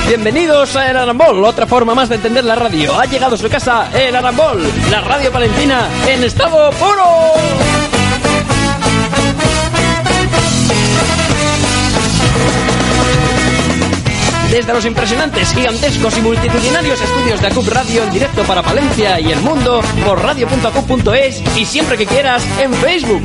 Bienvenidos a El Arambol, otra forma más de entender la radio. Ha llegado a su casa El Arambol, la radio palentina en estado puro. Desde los impresionantes, gigantescos y multitudinarios estudios de ACUP Radio en directo para Palencia y el mundo por radio.acup.es y siempre que quieras en Facebook.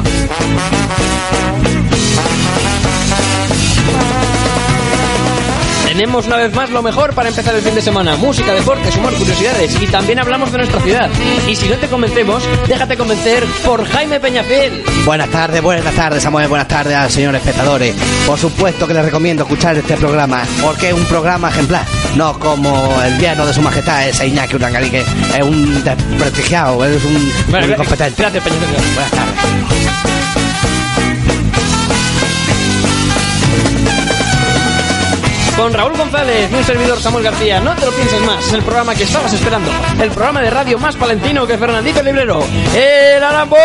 Tenemos una vez más lo mejor para empezar el fin de semana. Música, deportes, humor, curiosidades y también hablamos de nuestra ciudad. Y si no te convencemos, déjate convencer por Jaime Peñafiel. Buenas tardes, Samuel. Buenas tardes a los señores espectadores. Por supuesto que les recomiendo escuchar este programa, porque es un programa ejemplar. No como el yerno de su majestad, ese Iñaki Urdangarín, que es un desprestigiado, es un incompetente. Gracias, Peñafiel. Buenas tardes. Con Raúl González, un servidor Samuel García. No te lo pienses más, es el programa que estabas esperando. El programa de radio más palentino que Fernandito Librero. ¡El Arambol!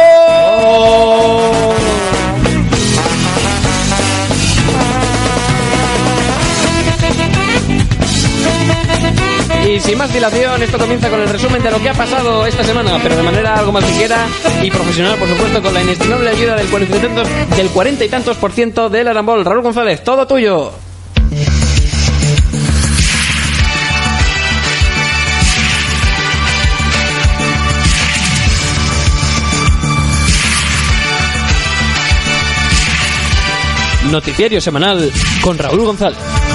Y sin más dilación, esto comienza con el resumen de lo que ha pasado esta semana, pero de manera algo más ligera y profesional, por supuesto, con la inestimable ayuda del 40 y tantos por ciento del Arambol. Raúl González, todo tuyo. Noticiario semanal con Raúl González.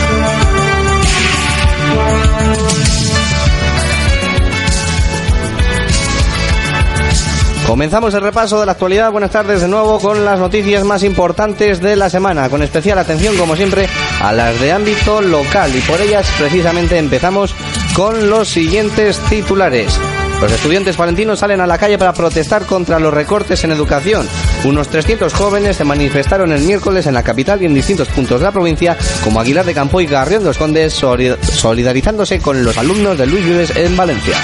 Comenzamos el repaso de la actualidad. Buenas tardes de nuevo con las noticias más importantes de la semana, con especial atención, como siempre, a las de ámbito local, y por ellas precisamente empezamos con los siguientes titulares. Los estudiantes palentinos salen a la calle para protestar contra los recortes en educación. Unos 300 jóvenes se manifestaron el miércoles en la capital y en distintos puntos de la provincia, como Aguilar de Campo y Carrión de los Condes, solidarizándose con los alumnos de Luis Vives en Valencia.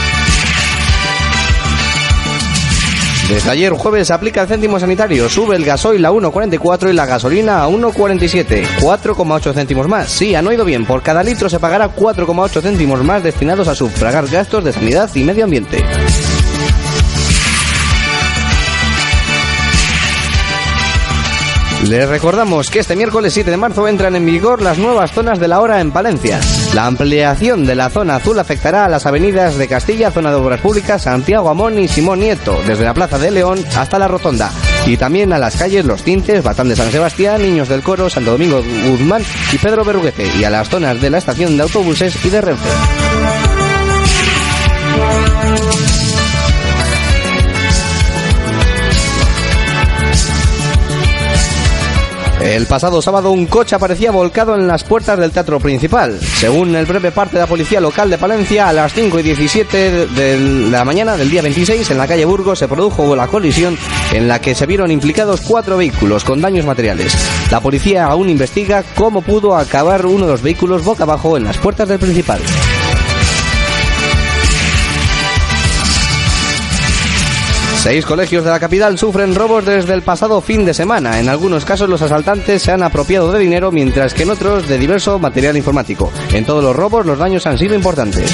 Desde ayer jueves se aplica el céntimo sanitario, sube el gasoil a 1,44 y la gasolina a 1,47, 4,8 céntimos más. Sí, han oído bien, por cada litro se pagará 4,8 céntimos más destinados a sufragar gastos de sanidad y medio ambiente. Les recordamos que este miércoles 7 de marzo entran en vigor las nuevas zonas de la hora en Palencia. La ampliación de la zona azul afectará a las avenidas de Castilla, zona de Obras Públicas, Santiago Amón y Simón Nieto, desde la Plaza de León hasta la Rotonda. Y también a las calles Los Tintes, Batán de San Sebastián, Niños del Coro, Santo Domingo Guzmán y Pedro Berruguete, y a las zonas de la estación de autobuses y de Renfe. El pasado sábado un coche aparecía volcado en las puertas del teatro principal. Según el breve parte de la policía local de Palencia, a las 5:17 de la mañana del día 26, en la calle Burgos, se produjo la colisión en la que se vieron implicados 4 vehículos con daños materiales. La policía aún investiga cómo pudo acabar uno de los vehículos boca abajo en las puertas del principal. 6 colegios de la capital sufren robos desde el pasado fin de semana. En algunos casos los asaltantes se han apropiado de dinero, mientras que en otros de diverso material informático. En todos los robos los daños han sido importantes.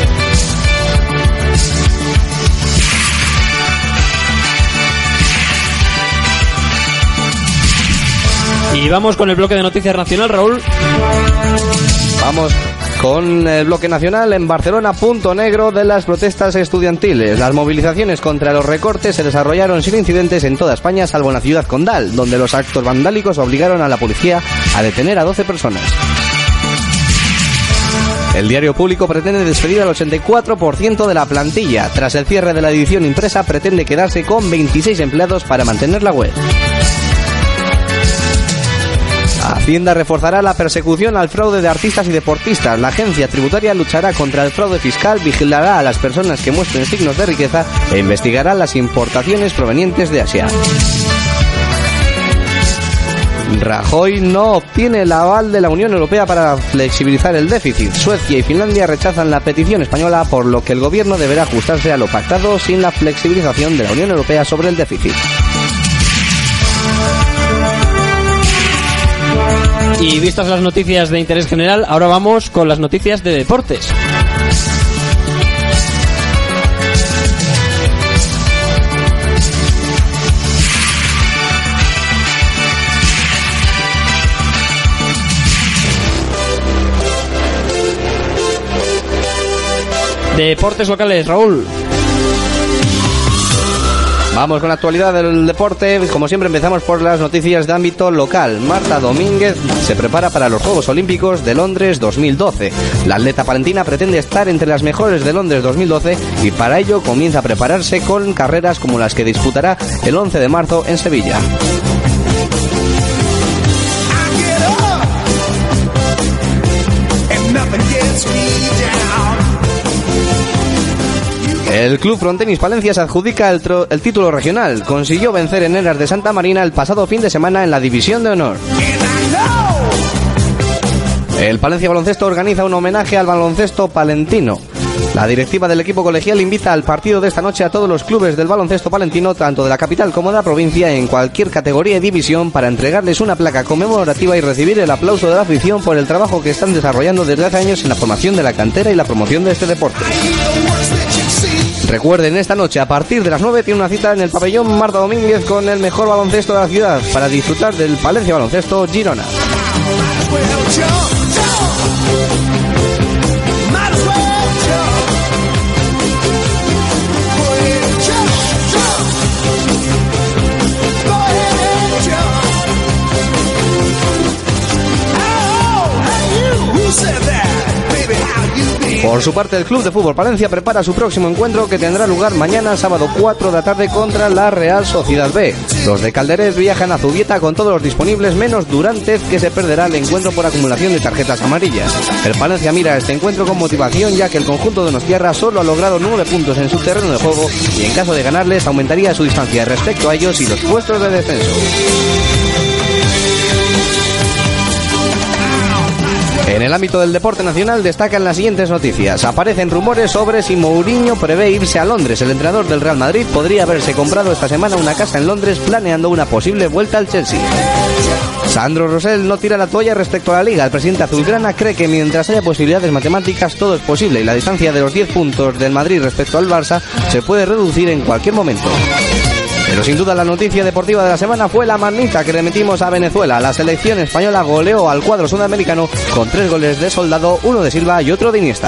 Y vamos con el bloque de noticias nacional, Raúl. Vamos con el bloque nacional. En Barcelona, punto negro de las protestas estudiantiles. Las movilizaciones contra los recortes se desarrollaron sin incidentes en toda España, salvo en la ciudad condal, donde los actos vandálicos obligaron a la policía a detener a 12 personas. El diario Público pretende despedir al 84% de la plantilla. Tras el cierre de la edición impresa, pretende quedarse con 26 empleados para mantener la web. Hacienda reforzará la persecución al fraude de artistas y deportistas. La agencia tributaria luchará contra el fraude fiscal, vigilará a las personas que muestren signos de riqueza e investigará las importaciones provenientes de Asia. Rajoy no obtiene el aval de la Unión Europea para flexibilizar el déficit. Suecia y Finlandia rechazan la petición española, por lo que el gobierno deberá ajustarse a lo pactado sin la flexibilización de la Unión Europea sobre el déficit. Y vistas las noticias de interés general, ahora vamos con las noticias de deportes. Deportes locales, Raúl. Vamos con la actualidad del deporte. Como siempre empezamos por las noticias de ámbito local. Marta Domínguez se prepara para los Juegos Olímpicos de Londres 2012. La atleta palentina pretende estar entre las mejores de Londres 2012 y para ello comienza a prepararse con carreras como las que disputará el 11 de marzo en Sevilla. El Club Frontenis Palencia se adjudica el título regional. Consiguió vencer en Heras de Santa Marina el pasado fin de semana en la División de Honor. El Palencia Baloncesto organiza un homenaje al baloncesto palentino. La directiva del equipo colegial invita al partido de esta noche a todos los clubes del baloncesto palentino, tanto de la capital como de la provincia, en cualquier categoría y división, para entregarles una placa conmemorativa y recibir el aplauso de la afición por el trabajo que están desarrollando desde hace años en la formación de la cantera y la promoción de este deporte. Recuerden, esta noche a partir de las 9 tiene una cita en el pabellón Marta Domínguez con el mejor baloncesto de la ciudad para disfrutar del Palencia Baloncesto Girona. Por su parte, el Club de Fútbol Palencia prepara su próximo encuentro, que tendrá lugar mañana, sábado 4 de la tarde, contra la Real Sociedad B. Los de Calderés viajan a Zubieta con todos los disponibles, menos Durantez, que se perderá el encuentro por acumulación de tarjetas amarillas. El Palencia mira a este encuentro con motivación, ya que el conjunto de Donostiarra solo ha logrado 9 puntos en su terreno de juego y en caso de ganarles aumentaría su distancia respecto a ellos y los puestos de descenso. En el ámbito del deporte nacional destacan las siguientes noticias. Aparecen rumores sobre si Mourinho prevé irse a Londres. El entrenador del Real Madrid podría haberse comprado esta semana una casa en Londres, planeando una posible vuelta al Chelsea. Sandro Rosell no tira la toalla respecto a la Liga. El presidente azulgrana cree que mientras haya posibilidades matemáticas todo es posible y la distancia de los 10 puntos del Madrid respecto al Barça se puede reducir en cualquier momento. Pero sin duda la noticia deportiva de la semana fue la manita que le metimos a Venezuela. La selección española goleó al cuadro sudamericano con 3 goles de Soldado, 1 de Silva y otro de Iniesta.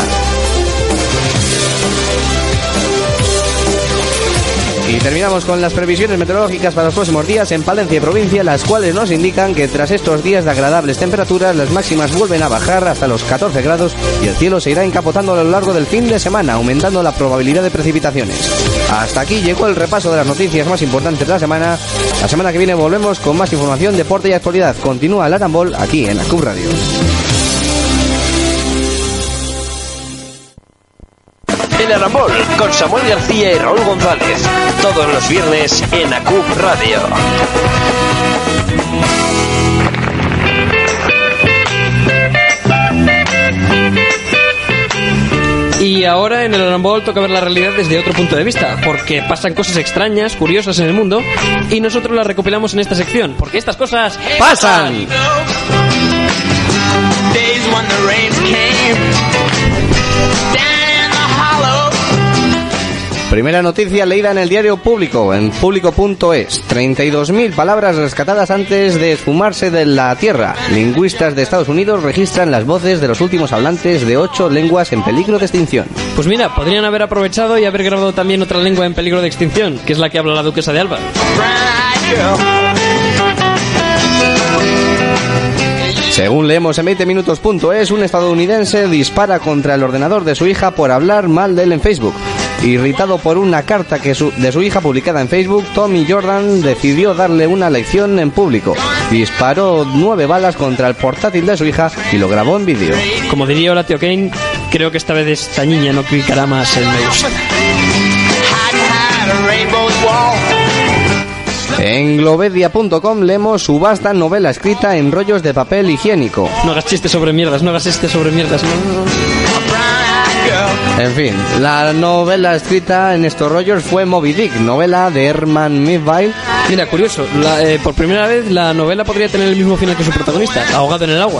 Y terminamos con las previsiones meteorológicas para los próximos días en Palencia y provincia, las cuales nos indican que tras estos días de agradables temperaturas, las máximas vuelven a bajar hasta los 14 grados y el cielo se irá encapotando a lo largo del fin de semana, aumentando la probabilidad de precipitaciones. Hasta aquí llegó el repaso de las noticias más importantes de la semana. La semana que viene volvemos con más información, deporte y actualidad. Continúa el Arambol aquí en ACUB Radio. El Arambol con Samuel García y Raúl González, todos los viernes en ACUB Radio. Y ahora en el Arambol toca ver la realidad desde otro punto de vista, porque pasan cosas extrañas, curiosas en el mundo, y nosotros las recopilamos en esta sección, porque estas cosas pasan. Primera noticia leída en el diario Público, en público.es. 32.000 palabras rescatadas antes de esfumarse de la Tierra. Lingüistas de Estados Unidos registran las voces de los últimos hablantes de 8 lenguas en peligro de extinción. Pues mira, podrían haber aprovechado y haber grabado también otra lengua en peligro de extinción, que es la que habla la duquesa de Alba. Según leemos en 20minutos.es, un estadounidense dispara contra el ordenador de su hija por hablar mal de él en Facebook. Irritado por una carta de su hija publicada en Facebook, Tommy Jordan decidió darle una lección en público. Disparó 9 balas contra el portátil de su hija y lo grabó en vídeo. Como diría Hola Tío Kane, creo que esta vez esta niña no clicará más en me gusta. En globedia.com leemos subasta novela escrita en rollos de papel higiénico. No hagas chistes sobre mierdas, no hagas chistes sobre mierdas. No. En fin, la novela escrita en estos rollos fue Moby Dick, novela de Herman Melville. Mira, curioso, por primera vez la novela podría tener el mismo final que su protagonista, ahogado en el agua.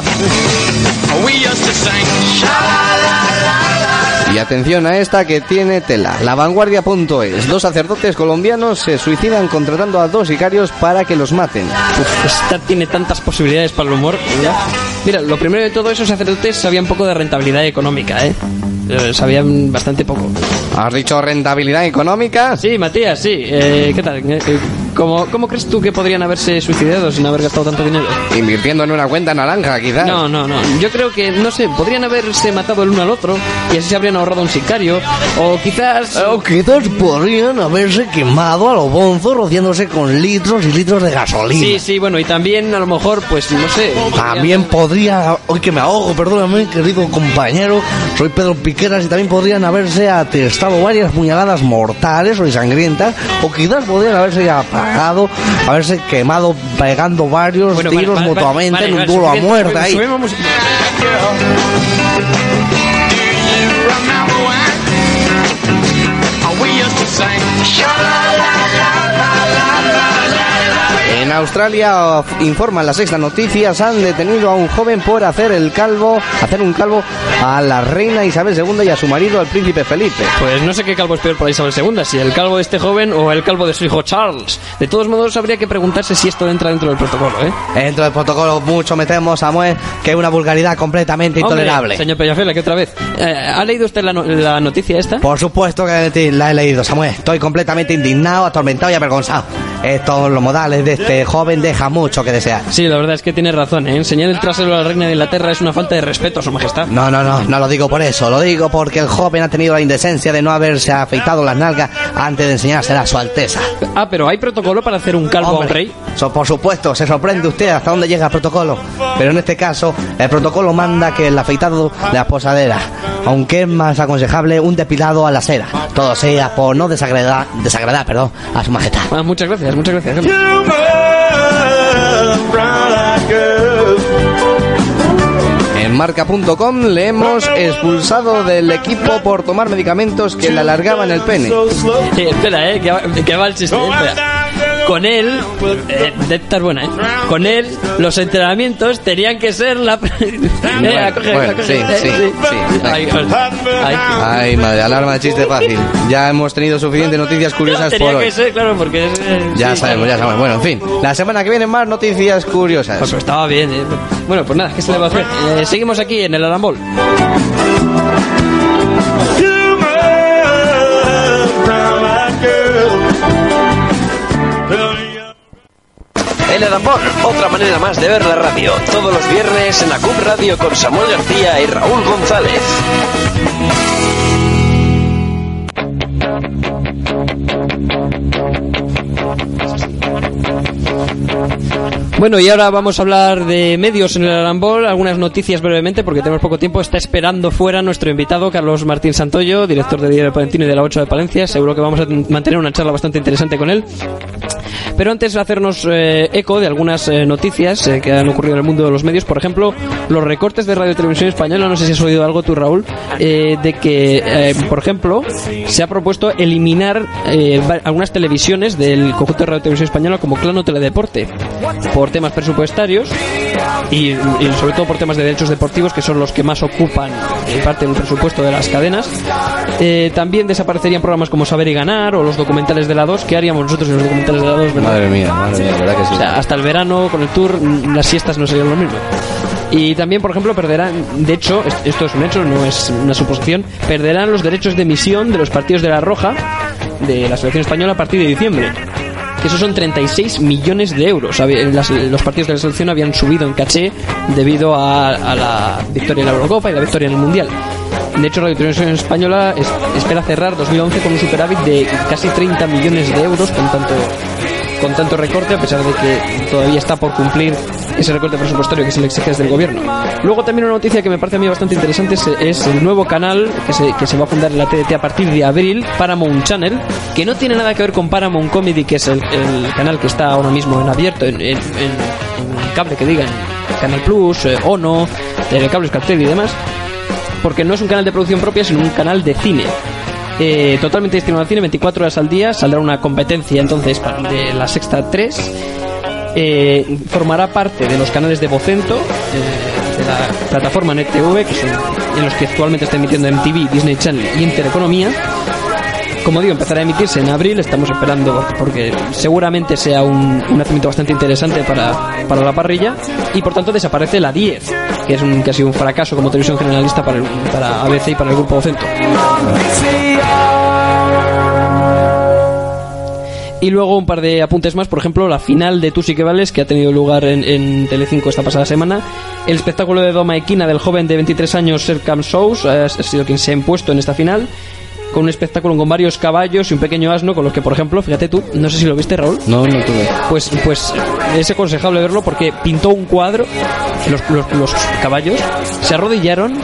Y atención a esta que tiene tela. Lavanguardia.es. 2 sacerdotes colombianos se suicidan contratando a 2 sicarios para que los maten. Esta tiene tantas posibilidades para el humor, ¿verdad? Mira, lo primero de todo, esos sacerdotes sabían poco de rentabilidad económica, sabían bastante poco. ¿Has dicho rentabilidad económica? Sí, Matías, sí. ¿Qué tal? ¿Cómo crees tú que podrían haberse suicidado sin haber gastado tanto dinero? Invirtiendo en una cuenta naranja, quizás. No. Yo creo que, no sé, podrían haberse matado el uno al otro y así se habrían ahorrado un sicario. O quizás podrían haberse quemado a lo bonzo rociándose con litros y litros de gasolina. Sí, bueno, y también a lo mejor, pues, no sé. También podría... Hoy que me ahogo, perdóname, querido compañero. Soy Pedro Piqueras y también podrían haberse atestado varias puñaladas mortales o sangrientas. O quizás podrían haberse apagado, haberse quemado pegando varios tiros mutuamente en un duelo a muerte ahí. En Australia, informan La Sexta Noticias, han detenido a un joven por hacer un calvo a la reina Isabel II y a su marido, el príncipe Felipe. Pues no sé qué calvo es peor para Isabel II, si el calvo de este joven o el calvo de su hijo Charles. De todos modos, habría que preguntarse si esto entra dentro del protocolo, Dentro del protocolo mucho me temo, Samuel, que es una vulgaridad completamente intolerable. Señor Pellafela, que otra vez. ¿Ha leído usted la noticia esta? Por supuesto que la he leído, Samuel. Estoy completamente indignado, atormentado y avergonzado. Los modales de este joven deja mucho que desear. Sí, la verdad es que tiene razón, Enseñar el trasero a la reina de Inglaterra es una falta de respeto a su majestad. No lo digo por eso. Lo digo porque el joven ha tenido la indecencia de no haberse afeitado las nalgas antes de enseñársela a su alteza. Ah, pero ¿hay protocolo para hacer un calvo a un rey? Por supuesto, se sorprende usted hasta dónde llega el protocolo. Pero en este caso, el protocolo manda que el afeitado de la posadera, aunque es más aconsejable un depilado a la cera. Todo sea por no desagradar a su majestad. Muchas gracias. En marca.com leemos: expulsado del equipo por tomar medicamentos que le alargaban el pene. Espera, que va el chiste. Con él, debe estar buena, Con él, los entrenamientos tenían que ser la... Sí. Ay, madre, alarma de chiste fácil. Ya hemos tenido suficientes noticias curiosas por hoy. Tenía que ser, claro, porque es... Ya sabemos. Bueno, en fin, la semana que viene más noticias curiosas. Pues estaba bien, Bueno, pues nada, ¿qué se le va a hacer? Seguimos aquí en el Arambol. El Arambol, otra manera más de ver la radio. Todos los viernes en la CUP Radio con Samuel García y Raúl González. Bueno, y ahora vamos a hablar de medios en el Arambol, algunas noticias brevemente porque tenemos poco tiempo. Está esperando fuera nuestro invitado, Carlos Martín Santoyo, director de Diario Palentino y de la 8 de Palencia. Seguro que vamos a mantener una charla bastante interesante con él. Pero antes de hacernos eco de algunas noticias que han ocurrido en el mundo de los medios, por ejemplo, los recortes de Radio Televisión Española, no sé si has oído algo tú, Raúl, de que, por ejemplo, se ha propuesto eliminar algunas televisiones del conjunto de Radio Televisión Española como Claro Teledeporte, por temas presupuestarios y sobre todo por temas de derechos deportivos, que son los que más ocupan parte del presupuesto de las cadenas. También desaparecerían programas como Saber y Ganar o los documentales de la 2. ¿Qué haríamos nosotros en los documentales de la 2? Madre mía, verdad que sí. O sea, hasta el verano con el tour las siestas no serían lo mismo. Y también, por ejemplo, perderán, de hecho, esto es un hecho, no es una suposición, perderán los derechos de emisión de los partidos de la Roja de la selección española a partir de diciembre. Que esos son 36 millones de euros. Los partidos de la selección habían subido en caché debido a la victoria en la Eurocopa y la victoria en el Mundial. De hecho, Radio Televisión Española espera cerrar 2011 con un superávit de casi 30 millones de euros con tanto recorte, a pesar de que todavía está por cumplir ese recorte presupuestario que se le exige desde el gobierno. Luego también una noticia que me parece a mí bastante interesante es el nuevo canal que se va a fundar en la TDT a partir de abril, Paramount Channel, que no tiene nada que ver con Paramount Comedy, que es el canal que está ahora mismo en abierto en cable, que digan Canal Plus, Ono, Telecable, Euskaltel y demás. porque no es un canal de producción propia, sino un canal de cine. Totalmente destinado al cine, 24 horas al día. Saldrá una competencia entonces de La Sexta 3. Formará parte de los canales de Vocento, de la plataforma NetTV, que son en los que actualmente está emitiendo MTV, Disney Channel y Intereconomía. Como digo, empezará a emitirse en abril. Estamos esperando porque seguramente sea un nacimiento bastante interesante para la parrilla. Y por tanto desaparece la 10, que ha sido un fracaso como televisión generalista para ABC y para el grupo Vocento. Y luego un par de apuntes más, por ejemplo, la final de Tú sí que vales, que ha tenido lugar en Telecinco esta pasada semana. El espectáculo de doma equina del joven de 23 años Serkan Sous ha sido quien se ha impuesto en esta final, con un espectáculo con varios caballos y un pequeño asno, con los que, por ejemplo, fíjate tú, no sé si lo viste, Raúl. No tuve. Pues es aconsejable verlo, porque pintó un cuadro, los caballos se arrodillaron,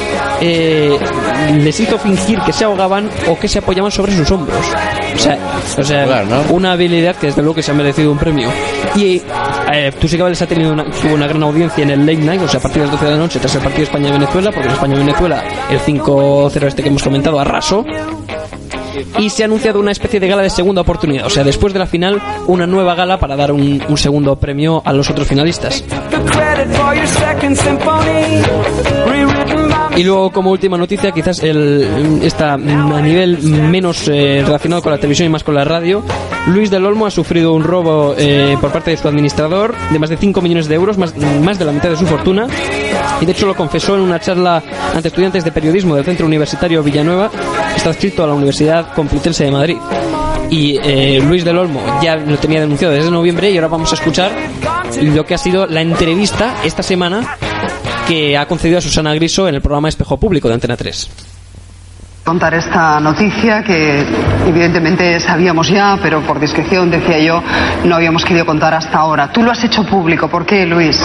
les hizo fingir que se ahogaban o que se apoyaban sobre sus hombros. O sea, claro, ¿no? Una habilidad que desde luego que se ha merecido un premio. Y Tú sí que vales ha tenido tuvo una gran audiencia en el Late Night, o sea, a partir de las 12 de la noche, tras el partido España-Venezuela, porque en España-Venezuela el 5-0 que hemos comentado arrasó. Y se ha anunciado una especie de gala de segunda oportunidad, o sea, después de la final, una nueva gala para dar un segundo premio a los otros finalistas. Y luego, como última noticia, quizás esta a nivel menos relacionado con la televisión y más con la radio, Luis del Olmo ha sufrido un robo por parte de su administrador de más de 5 millones de euros, más de la mitad de su fortuna, y de hecho lo confesó en una charla ante estudiantes de periodismo del Centro Universitario Villanueva. Está adscrito a la Universidad Complutense de Madrid. Y Luis del Olmo ya lo tenía denunciado desde noviembre, y ahora vamos a escuchar lo que ha sido la entrevista esta semana que ha concedido a Susana Griso en el programa Espejo Público de Antena 3. Contar esta noticia que evidentemente sabíamos ya, pero por discreción, decía yo, no habíamos querido contar hasta ahora. Tú lo has hecho público. ¿Por qué, Luis?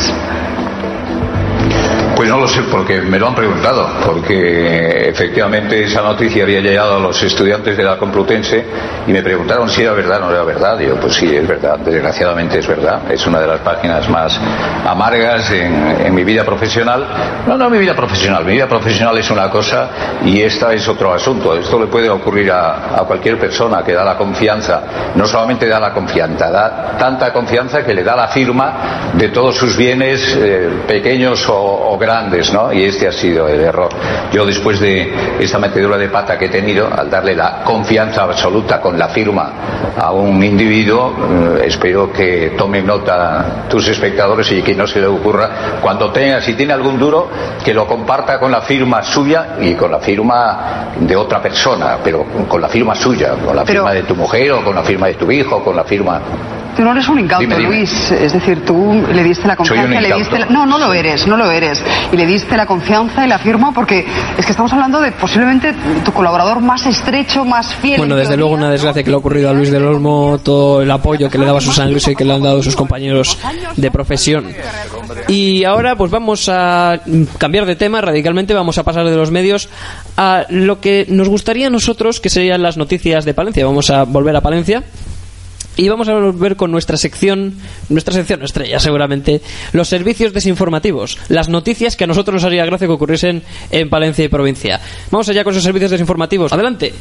Pues no lo sé, porque me lo han preguntado, porque efectivamente esa noticia había llegado a los estudiantes de la Complutense y me preguntaron si era verdad o no era verdad. Y yo, pues sí, es verdad, desgraciadamente es verdad. Es una de las páginas más amargas en mi vida profesional. No mi vida profesional es una cosa y esta es otro asunto. Esto le puede ocurrir a cualquier persona que da la confianza. No solamente da la confianza, da tanta confianza que le da la firma de todos sus bienes, pequeños o grandes, ¿no? Y este ha sido el error. Yo, después de esta metedura de pata que he tenido, al darle la confianza absoluta con la firma a un individuo, espero que tomen nota tus espectadores y que no se le ocurra, cuando si tiene algún duro, que lo comparta con la firma suya y con la firma de otra persona, pero con la firma suya, con la firma de tu mujer o con la firma de tu hijo, con la firma... Tú no eres un incauto, dime. Luis. Es decir, tú le diste la confianza, le diste no lo eres. Y le diste la confianza y la firma, porque es que estamos hablando de posiblemente tu colaborador más estrecho, más fiel. Bueno, desde luego una desgracia que le ha ocurrido a Luis del Olmo, todo el apoyo que le daba Susana Griso y que le han dado sus compañeros de profesión. Y ahora pues vamos a cambiar de tema radicalmente, vamos a pasar de los medios a lo que nos gustaría a nosotros, que serían las noticias de Palencia. Vamos a volver a Palencia. Y vamos a volver con nuestra sección estrella, seguramente, los servicios desinformativos, las noticias que a nosotros nos haría gracia que ocurriesen en Palencia y provincia. Vamos allá con esos servicios desinformativos. ¡Adelante!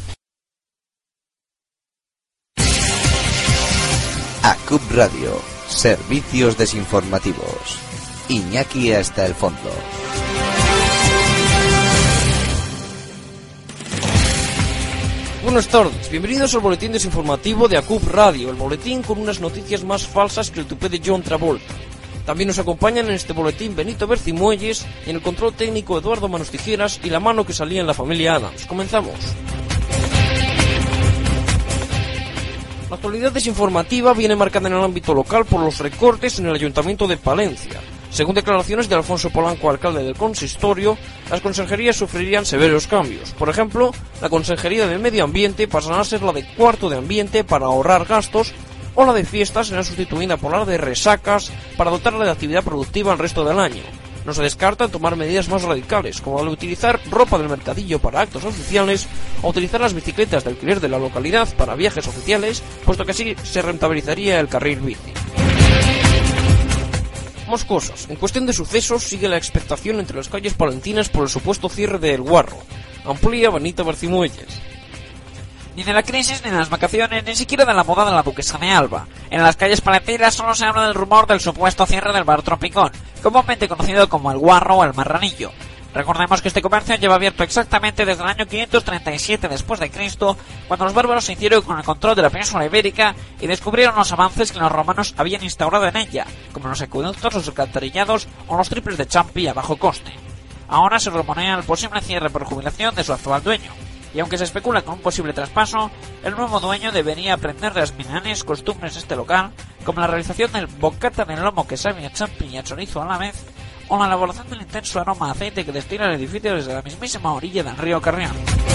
ACUP Radio, servicios desinformativos. Iñaki hasta el fondo. Buenas tardes, bienvenidos al boletín desinformativo de ACUP Radio, el boletín con unas noticias más falsas que el tupé de John Travolta. También nos acompañan en este boletín Benito Bercimuelles, y en el control técnico Eduardo Manos Tijeras y la mano que salía en la familia Adams. Comenzamos. La actualidad desinformativa viene marcada en el ámbito local por los recortes en el Ayuntamiento de Palencia. Según declaraciones de Alfonso Polanco, alcalde del consistorio, las consejerías sufrirían severos cambios. Por ejemplo, la Consejería de Medio Ambiente pasará a ser la de Cuarto de Ambiente para ahorrar gastos, o la de Fiestas será sustituida por la de Resacas para dotarla de actividad productiva el resto del año. No se descartan tomar medidas más radicales, como la de utilizar ropa del mercadillo para actos oficiales, o utilizar las bicicletas de alquiler de la localidad para viajes oficiales, puesto que así se rentabilizaría el carril bici. Moscosos. En cuestión de sucesos, sigue la expectación entre las calles palentinas por el supuesto cierre de El Guarro. Amplía Benito Barcimuelles. Ni de la crisis, ni de las vacaciones, ni siquiera de la boda de la duquesa de Alba. En las calles palentinas solo se habla del rumor del supuesto cierre del bar Tropicón, comúnmente conocido como El Guarro o El Marranillo. Recordemos que este comercio lleva abierto exactamente desde el año 537 después de Cristo, cuando los bárbaros se hicieron con el control de la península ibérica y descubrieron los avances que los romanos habían instaurado en ella, como los acueductos, los alcantarillados o los triples de Champi a bajo coste. Ahora se rumorea el posible cierre por jubilación de su actual dueño, y aunque se especula con un posible traspaso, el nuevo dueño debería aprender de las milenarias costumbres de este local, como la realización del bocata de lomo que sabe a champi y a chorizo a la vez, o la elaboración del intenso aroma a aceite que destila el edificio desde la mismísima orilla del río Carrión.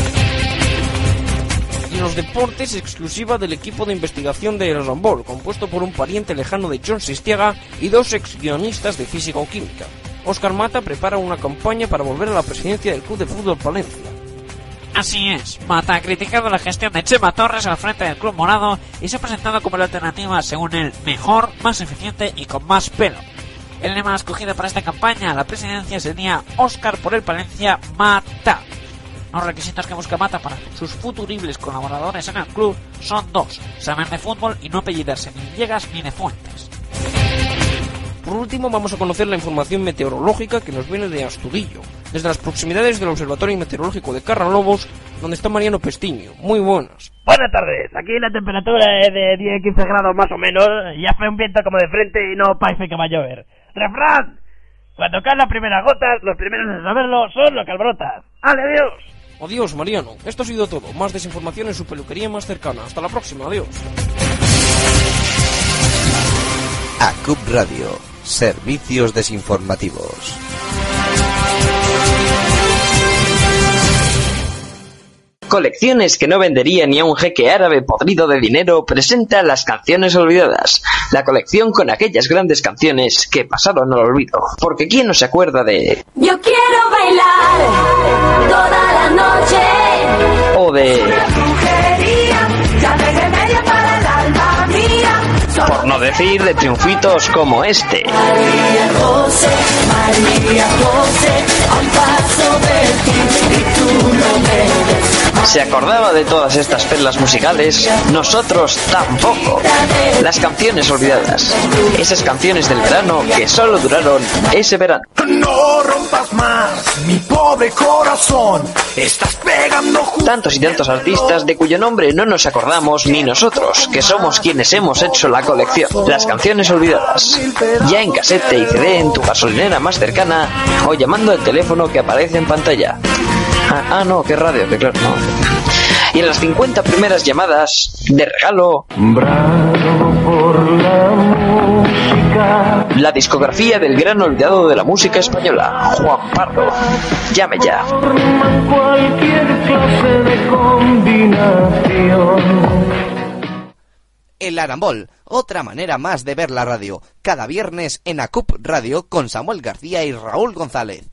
Y en los deportes, exclusiva del equipo de investigación de El Rambol, compuesto por un pariente lejano de John Sistiaga y dos ex-guionistas de física o química. Óscar Mata prepara una campaña para volver a la presidencia del Club de Fútbol Palencia. Así es, Mata ha criticado la gestión de Chema Torres al frente del Club Morado y se ha presentado como la alternativa, según él, mejor, más eficiente y con más pelo. El lema escogido para esta campaña a la presidencia sería Óscar por el Palencia Mata. Los requisitos que busca Mata para sus futuribles colaboradores en el club son dos: saber de fútbol y no apellidarse ni Villegas ni de Fuentes. Por último, vamos a conocer la información meteorológica que nos viene de Astudillo, desde las proximidades del Observatorio Meteorológico de Carralobos, donde está Mariano Pestiño. Muy buenas. Buenas tardes, aquí la temperatura es de 10-15 grados más o menos, y hace un viento como de frente y no parece que va a llover. ¡Refrán! Cuando caen las primeras gotas, los primeros en saberlo son los calbrotas. ¡Ale, adiós! Adiós, Mariano. Esto ha sido todo. Más desinformación en su peluquería más cercana. Hasta la próxima. Adiós. ACUP Radio. Servicios desinformativos. Colecciones que no vendería ni a un jeque árabe podrido de dinero presenta Las Canciones Olvidadas, la colección con aquellas grandes canciones que pasaron al olvido. Porque ¿quién no se acuerda de... Yo quiero bailar toda la noche, o de... brujería, ya no hay remedio para el alma mía. Por no decir de triunfitos como este. María José, al paso de ti, y tú no me ves. ¿Se acordaba de todas estas perlas musicales? Nosotros tampoco. Las Canciones Olvidadas. Esas canciones del verano que solo duraron ese verano. No rompas más mi pobre corazón. Estás pegando tantos y tantos artistas de cuyo nombre no nos acordamos ni nosotros, que somos quienes hemos hecho la colección. Las Canciones Olvidadas. Ya en casete y CD en tu gasolinera más cercana o llamando al teléfono que aparece en pantalla. No, que radio, que claro, no. Y en las 50 primeras llamadas, de regalo, la discografía del gran olvidado de la música española, Juan Pardo. Llame ya. cualquier clase de combinación. El Arambol, otra manera más de ver la radio. Cada viernes en ACUP Radio con Samuel García y Raúl González.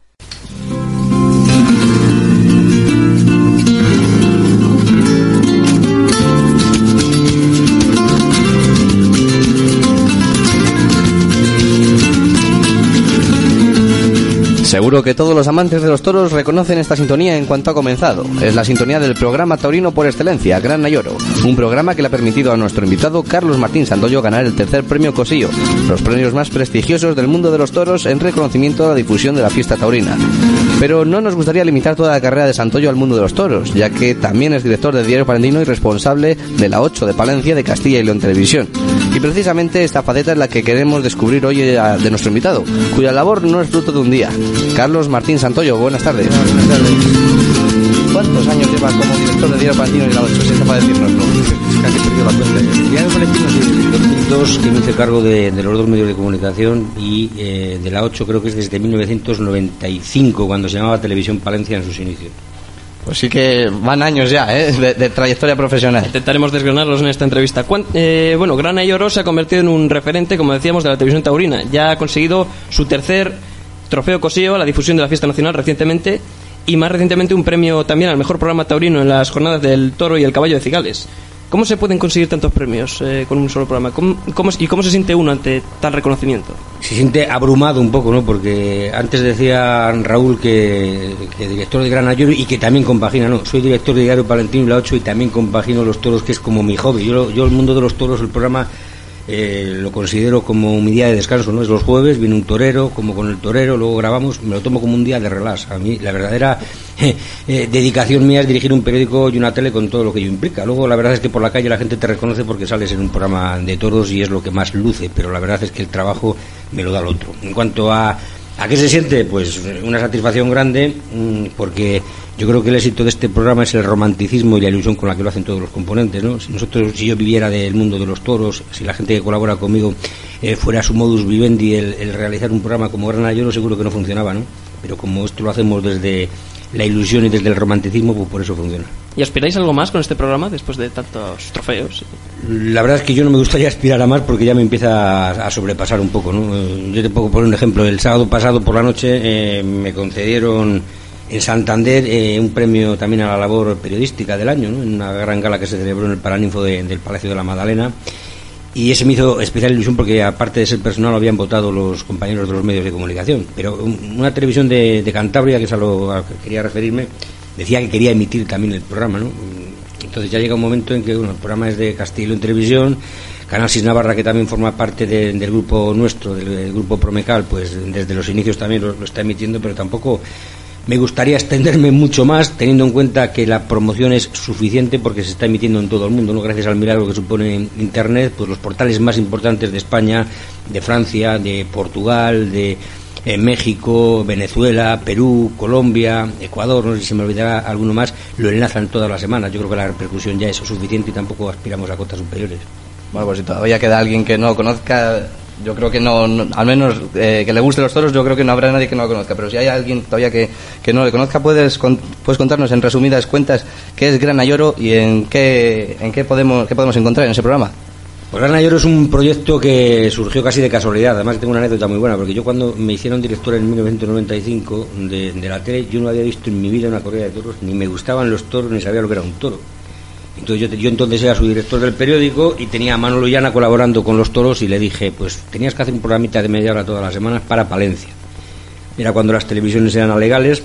Seguro que todos los amantes de los toros reconocen esta sintonía en cuanto ha comenzado. Es la sintonía del programa taurino por excelencia, Gran Nayoro, un programa que le ha permitido a nuestro invitado Carlos Martín Santoyo ganar el tercer premio Cosillo, los premios más prestigiosos del mundo de los toros en reconocimiento a la difusión de la fiesta taurina. Pero no nos gustaría limitar toda la carrera de Santoyo al mundo de los toros, ya que también es director del Diario Palentino y responsable de la 8 de Palencia de Castilla y León Televisión. Y precisamente esta faceta es la que queremos descubrir hoy de nuestro invitado, cuya labor no es fruto de un día. Carlos Martín Santoyo, buenas tardes. Buenas tardes. ¿Cuántos años llevas como director de Diario Palentino y la 8? Si es capaz de decirnoslo. Casi he perdido la cuenta. Diario Palentino desde 2002, que me hice cargo de los dos medios de comunicación, y de la 8 creo que es desde 1995, cuando se llamaba Televisión Palencia en sus inicios. Pues sí que van años ya, de trayectoria profesional. Intentaremos desgranarlos en esta entrevista. Bueno, Gran Nayoro se ha convertido en un referente, como decíamos, de la televisión taurina. Ya ha conseguido su tercer trofeo Cosillo a la difusión de la fiesta nacional recientemente, y más recientemente un premio también al mejor programa taurino en las jornadas del toro y el caballo de Cigales. ¿Cómo se pueden conseguir tantos premios con un solo programa? ¿Cómo se siente uno ante tal reconocimiento? Se siente abrumado un poco, ¿no? Porque antes decía Raúl que director de Gran Ayoro y que también compagina, ¿no? Soy director de Diario Palentino y La 8 y también compagino los toros, que es como mi hobby. Yo el mundo de los toros, el programa... lo considero como mi día de descanso, ¿no? Es los jueves, viene un torero, como con el torero, luego grabamos, me lo tomo como un día de relax. A mí la verdadera dedicación mía es dirigir un periódico y una tele con todo lo que ello implica. Luego la verdad es que por la calle la gente te reconoce porque sales en un programa de toros y es lo que más luce, pero la verdad es que el trabajo me lo da el otro. En cuanto a qué se siente, pues una satisfacción grande, porque yo creo que el éxito de este programa es el romanticismo y la ilusión con la que lo hacen todos los componentes, ¿no? Si yo viviera del mundo de los toros, si la gente que colabora conmigo fuera su modus vivendi el realizar un programa como Gran Ayoro, seguro que no funcionaba, ¿no? Pero como esto lo hacemos desde la ilusión y desde el romanticismo, pues por eso funciona. ¿Y aspiráis algo más con este programa después de tantos trofeos? La verdad es que yo no me gustaría aspirar a más porque ya me empieza a sobrepasar un poco, ¿no? Yo te puedo poner un ejemplo. El sábado pasado por la noche me concedieron en Santander un premio también a la labor periodística del año, ¿no? En una gran gala que se celebró en el Paraninfo del Palacio de la Magdalena. Y ese me hizo especial ilusión porque aparte de ser personal lo habían votado los compañeros de los medios de comunicación. Pero una televisión de Cantabria, que es a lo que quería referirme, decía que quería emitir también el programa, ¿no? Entonces ya llega un momento en que el programa es de Castilla en Televisión, Canal 6 Navarra, que también forma parte del grupo nuestro, del grupo Promecal, pues desde los inicios también lo está emitiendo, pero tampoco me gustaría extenderme mucho más, teniendo en cuenta que la promoción es suficiente porque se está emitiendo en todo el mundo, ¿no? Gracias al milagro que supone Internet, pues los portales más importantes de España, de Francia, de Portugal, de México, Venezuela, Perú, Colombia, Ecuador, no sé si se me olvidará alguno más, lo enlazan todas las semanas. Yo creo que la repercusión ya es suficiente y tampoco aspiramos a cotas superiores. Bueno, pues si todavía queda alguien que no lo conozca, yo creo que no al menos que le guste los toros, yo creo que no habrá nadie que no lo conozca, pero si hay alguien todavía que no le conozca, puedes contarnos en resumidas cuentas qué es Gran Ayoro y qué podemos encontrar en ese programa. Pues Gran Ayoro es un proyecto que surgió casi de casualidad. Además tengo una anécdota muy buena, porque yo cuando me hicieron director en 1995 de la tele, yo no había visto en mi vida una corrida de toros, ni me gustaban los toros, ni sabía lo que era un toro. Entonces yo entonces era su director del periódico y tenía a Manolo Llana colaborando con los toros y le dije, pues tenías que hacer un programita de media hora todas las semanas para Palencia. Era cuando las televisiones eran alegales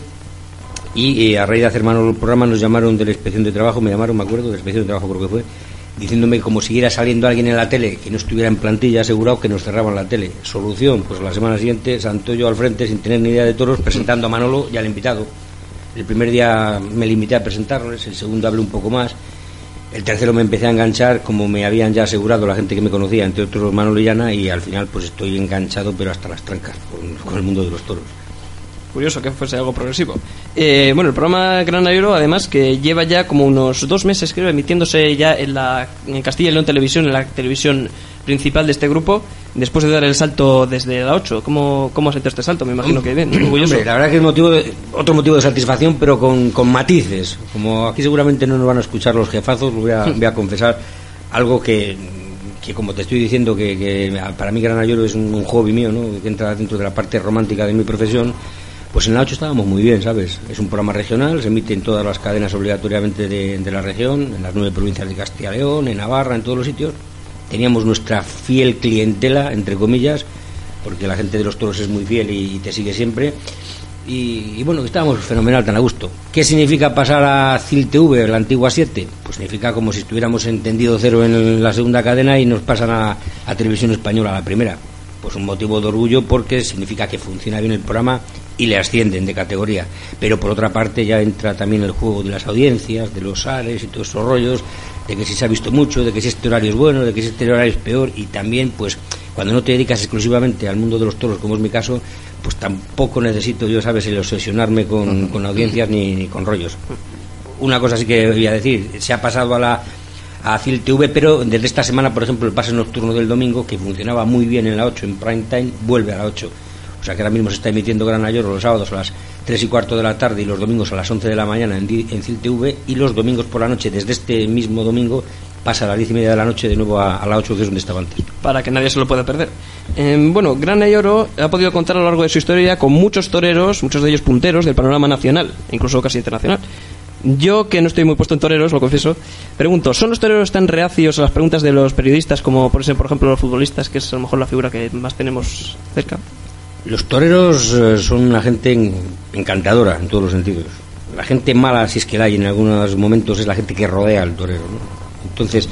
y a raíz de hacer Manolo el programa nos llamaron de la Inspección de Trabajo, me acuerdo, de la Inspección de Trabajo creo que fue, diciéndome que como siguiera saliendo alguien en la tele que no estuviera en plantilla, asegurado que nos cerraban la tele. Solución, pues la semana siguiente Santoyo al frente sin tener ni idea de toros, presentando a Manolo y al invitado. El primer día me limité a presentarles, el segundo hablé un poco más, el tercero me empecé a enganchar, como me habían ya asegurado la gente que me conocía, entre otros Manolo Llana, y al final pues estoy enganchado pero hasta las trancas con el mundo de los toros. Curioso que fuese algo progresivo. Bueno, el programa Gran Ayoro, además, que lleva ya como unos 2 meses, creo, emitiéndose ya en Castilla y León Televisión, en la televisión principal de este grupo, después de dar el salto desde la 8. ¿Cómo has hecho este salto? Me imagino que bien, orgulloso. Hombre, la verdad que es otro motivo de satisfacción, pero con matices. Como aquí seguramente no nos van a escuchar los jefazos, voy a confesar algo que como te estoy diciendo, que para mí Gran Ayoro es un hobby mío, ¿no? Que entra dentro de la parte romántica de mi profesión. Pues en la 8 estábamos muy bien, ¿sabes? Es un programa regional, se emite en todas las cadenas obligatoriamente de la región, en las 9 provincias de Castilla y León, en Navarra, en todos los sitios. Teníamos nuestra fiel clientela, entre comillas, porque la gente de los toros es muy fiel y te sigue siempre. Y bueno, estábamos fenomenal, tan a gusto. ¿Qué significa pasar a CIL TV, la antigua 7? Pues significa como si estuviéramos en tendido cero en la segunda cadena y nos pasan a Televisión Española, la primera. Pues un motivo de orgullo porque significa que funciona bien el programa y le ascienden de categoría. Pero por otra parte ya entra también el juego de las audiencias, de los ares y todos esos rollos, de que si se ha visto mucho, de que si este horario es bueno, de que si este horario es peor, y también pues cuando no te dedicas exclusivamente al mundo de los toros, como es mi caso, pues tampoco necesito yo, sabes, el obsesionarme con audiencias ni con rollos. Una cosa sí que voy a decir, se ha pasado a CIL TV, pero desde esta semana, por ejemplo, el pase nocturno del domingo, que funcionaba muy bien en la 8 en prime time, vuelve a la 8. O sea que ahora mismo se está emitiendo Gran Ayoro los sábados a las 3:15 de la tarde y los domingos a las 11 de la mañana en CIL TV, y los domingos por la noche, desde este mismo domingo, pasa a las 10:30 de la noche de nuevo a la 8, que es donde estaba antes. Para que nadie se lo pueda perder. Bueno, Gran Ayoro ha podido contar a lo largo de su historia con muchos toreros, muchos de ellos punteros del panorama nacional, incluso casi internacional. Yo, que no estoy muy puesto en toreros, lo confieso, pregunto, ¿son los toreros tan reacios a las preguntas de los periodistas como, por ejemplo, los futbolistas, que es a lo mejor la figura que más tenemos cerca? Los toreros son una gente encantadora en todos los sentidos. La gente mala, si es que la hay en algunos momentos, es la gente que rodea al torero, ¿no? Entonces,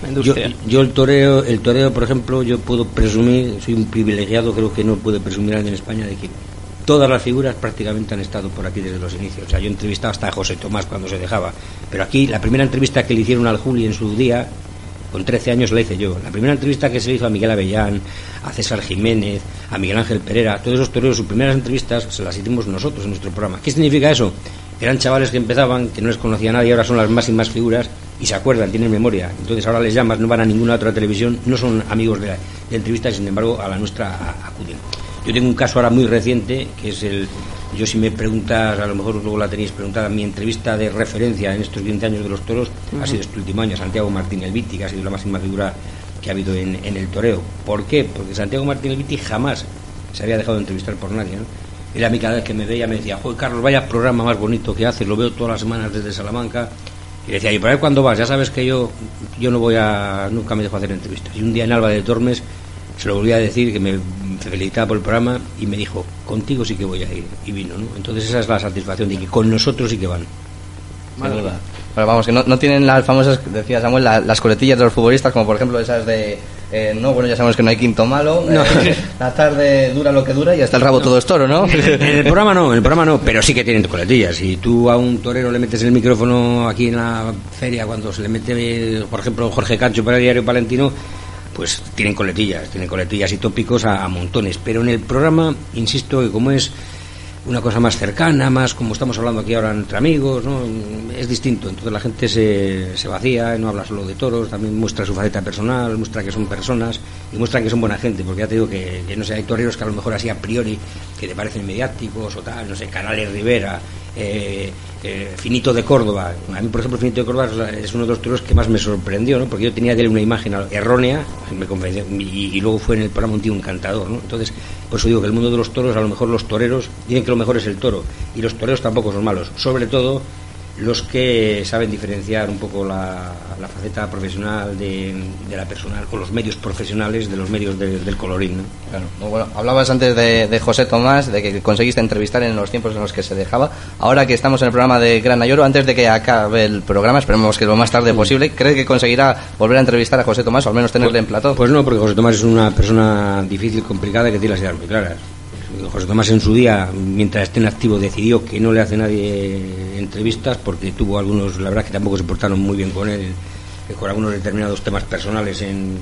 yo el toreo, por ejemplo, yo puedo presumir, soy un privilegiado, creo que no puede presumir alguien en España, de que todas las figuras prácticamente han estado por aquí desde los inicios. O sea, yo he entrevistado hasta a José Tomás cuando se dejaba, pero aquí la primera entrevista que le hicieron al Juli en su día, con 13 años, la hice yo. La primera entrevista que se le hizo a Miguel Avellán, a César Jiménez, a Miguel Ángel Pereira, todos esos toreros, sus primeras entrevistas se las hicimos nosotros en nuestro programa. ¿Qué significa eso? Eran chavales que empezaban, que no les conocía nadie, ahora son las máximas figuras y se acuerdan, tienen memoria. Entonces ahora les llamas, no van a ninguna otra televisión, no son amigos de entrevistas, y sin embargo a la nuestra acuden. Yo tengo un caso ahora muy reciente, que es yo, si me preguntas, a lo mejor luego la tenéis preguntada, mi entrevista de referencia en estos 20 años de los toros ha sido este último año, Santiago Martín El Viti, que ha sido la máxima figura que ha habido en el toreo. ¿Por qué? Porque Santiago Martín El Viti jamás se había dejado de entrevistar por nadie, ¿no? Él a mí cada vez que me veía me decía, joder, Carlos, vaya programa más bonito que haces, lo veo todas las semanas desde Salamanca. Y decía, ¿y para ver cuándo vas? Ya sabes que yo nunca me dejo hacer entrevistas. Y un día en Alba de Tormes se lo volví a decir, que me felicitaba por el programa, y me dijo, contigo sí que voy a ir. Y vino, ¿no? Entonces esa es la satisfacción de que con nosotros sí que van. Sin duda. Pero vamos, que no tienen las famosas, decía Samuel, las coletillas de los futbolistas, como por ejemplo esas de ya sabemos que no hay quinto malo, no. La tarde dura lo que dura y hasta el rabo todo es toro, ¿no? En el programa no, pero sí que tienen coletillas. Si tú a un torero le metes el micrófono aquí en la feria, cuando se le mete, por ejemplo, Jorge Cancho para el diario Palentino, pues tienen coletillas y tópicos a montones. Pero en el programa, insisto, que como es una cosa más cercana, más como estamos hablando aquí ahora entre amigos, ¿no? Es distinto. Entonces la gente se vacía, no habla solo de toros, también muestra su faceta personal, muestra que son personas y muestran que son buena gente, porque ya te digo que no sé, hay toreros que a lo mejor así a priori que te parecen mediáticos o tal, no sé, Canales Rivera, Finito de Córdoba. A mí, por ejemplo, Finito de Córdoba es uno de los toreros que más me sorprendió, ¿no? Porque yo tenía de él una imagen errónea, me convenció, y luego fue en el programa un tío encantador, ¿no? Entonces, por eso digo que el mundo de los toros, a lo mejor los toreros dicen que lo mejor es el toro, y los toreros tampoco son malos, sobre todo los que saben diferenciar un poco la faceta profesional de la personal, o los medios profesionales de los medios del colorín, ¿no? Claro. Bueno, hablabas antes de José Tomás, de que conseguiste entrevistar en los tiempos en los que se dejaba. Ahora que estamos en el programa de Gran Ayoro, antes de que acabe el programa, esperemos que lo más tarde posible, ¿crees que conseguirá volver a entrevistar a José Tomás o al menos tenerle en plató? Pues no, porque José Tomás es una persona difícil, complicada, que tiene las ideas muy claras. José Tomás en su día, mientras esté en activo, decidió que no le hace nadie entrevistas, porque tuvo algunos, la verdad, que tampoco se portaron muy bien con él, con algunos determinados temas personales en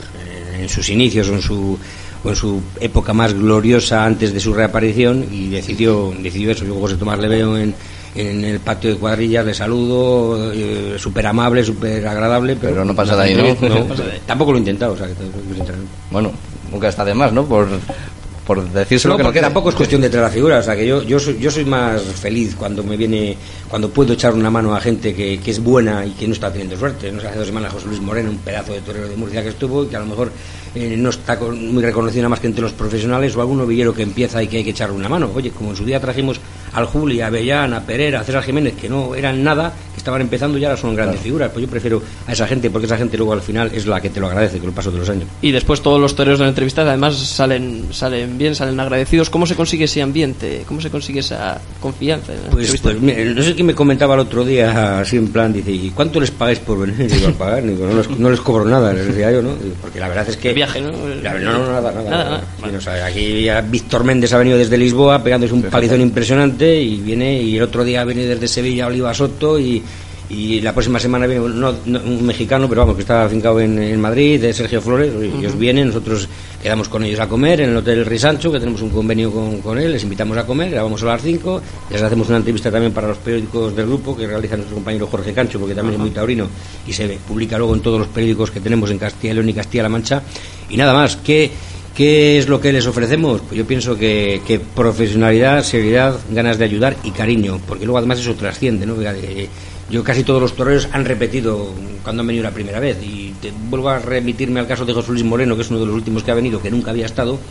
sus inicios o en su época más gloriosa antes de su reaparición, y decidió eso. Yo a José Tomás le veo en el patio de Cuadrillas, le saludo, súper amable, súper agradable, pero no pasa de ahí, ¿no? Tampoco lo he intentado, o sea, bueno, nunca está de más, ¿no? Por decírselo, no, que no queda. Tampoco es cuestión de traer la figura, o sea, que yo soy más feliz cuando puedo echar una mano a gente que es buena y que no está teniendo suerte. No sé, hace 2 semanas José Luis Moreno, un pedazo de torero de Murcia que estuvo, y que a lo mejor no está muy reconocido nada más que entre los profesionales, o algún novillero que empieza y que hay que echarle una mano. Oye, como en su día trajimos al Juli, a Avellán, a Pereira, a César Jiménez, que no eran nada, que estaban empezando y ahora son grandes figuras, pues yo prefiero a esa gente, porque esa gente luego al final es la que te lo agradece con el paso de los años. Y después todos los toreros de la entrevista además salen bien, salen agradecidos. ¿Cómo se consigue ese ambiente? ¿Cómo se consigue esa confianza? Pues mira, no sé quién me comentaba el otro día, así en plan, dice, ¿y cuánto les pagáis por venir? Digo, a pagar, digo, no les cobro nada, les decía yo, ¿no? Porque la verdad es que... El viaje, ¿no? Nada. Bueno, o sea, aquí ya Víctor Méndez ha venido desde Lisboa pegándose un palizón impresionante, y el otro día viene desde Sevilla Oliva Soto, y la próxima semana viene un mexicano, pero vamos, que está afincado en Madrid, de Sergio Flores. Ellos vienen, nosotros quedamos con ellos a comer en el Hotel Risancho, que tenemos un convenio con él, les invitamos a comer, grabamos a las 5, les hacemos una entrevista también para los periódicos del grupo que realiza nuestro compañero Jorge Cancho, porque también es muy taurino, y se publica luego en todos los periódicos que tenemos en Castilla y León y Castilla-La Mancha. Y nada más, ¿qué es lo que les ofrecemos? Pues yo pienso que profesionalidad, seriedad, ganas de ayudar y cariño, porque luego además eso trasciende, ¿no? Yo casi todos los toreros han repetido cuando han venido la primera vez, y te vuelvo a remitirme al caso de José Luis Moreno, que es uno de los últimos que ha venido, que nunca había estado,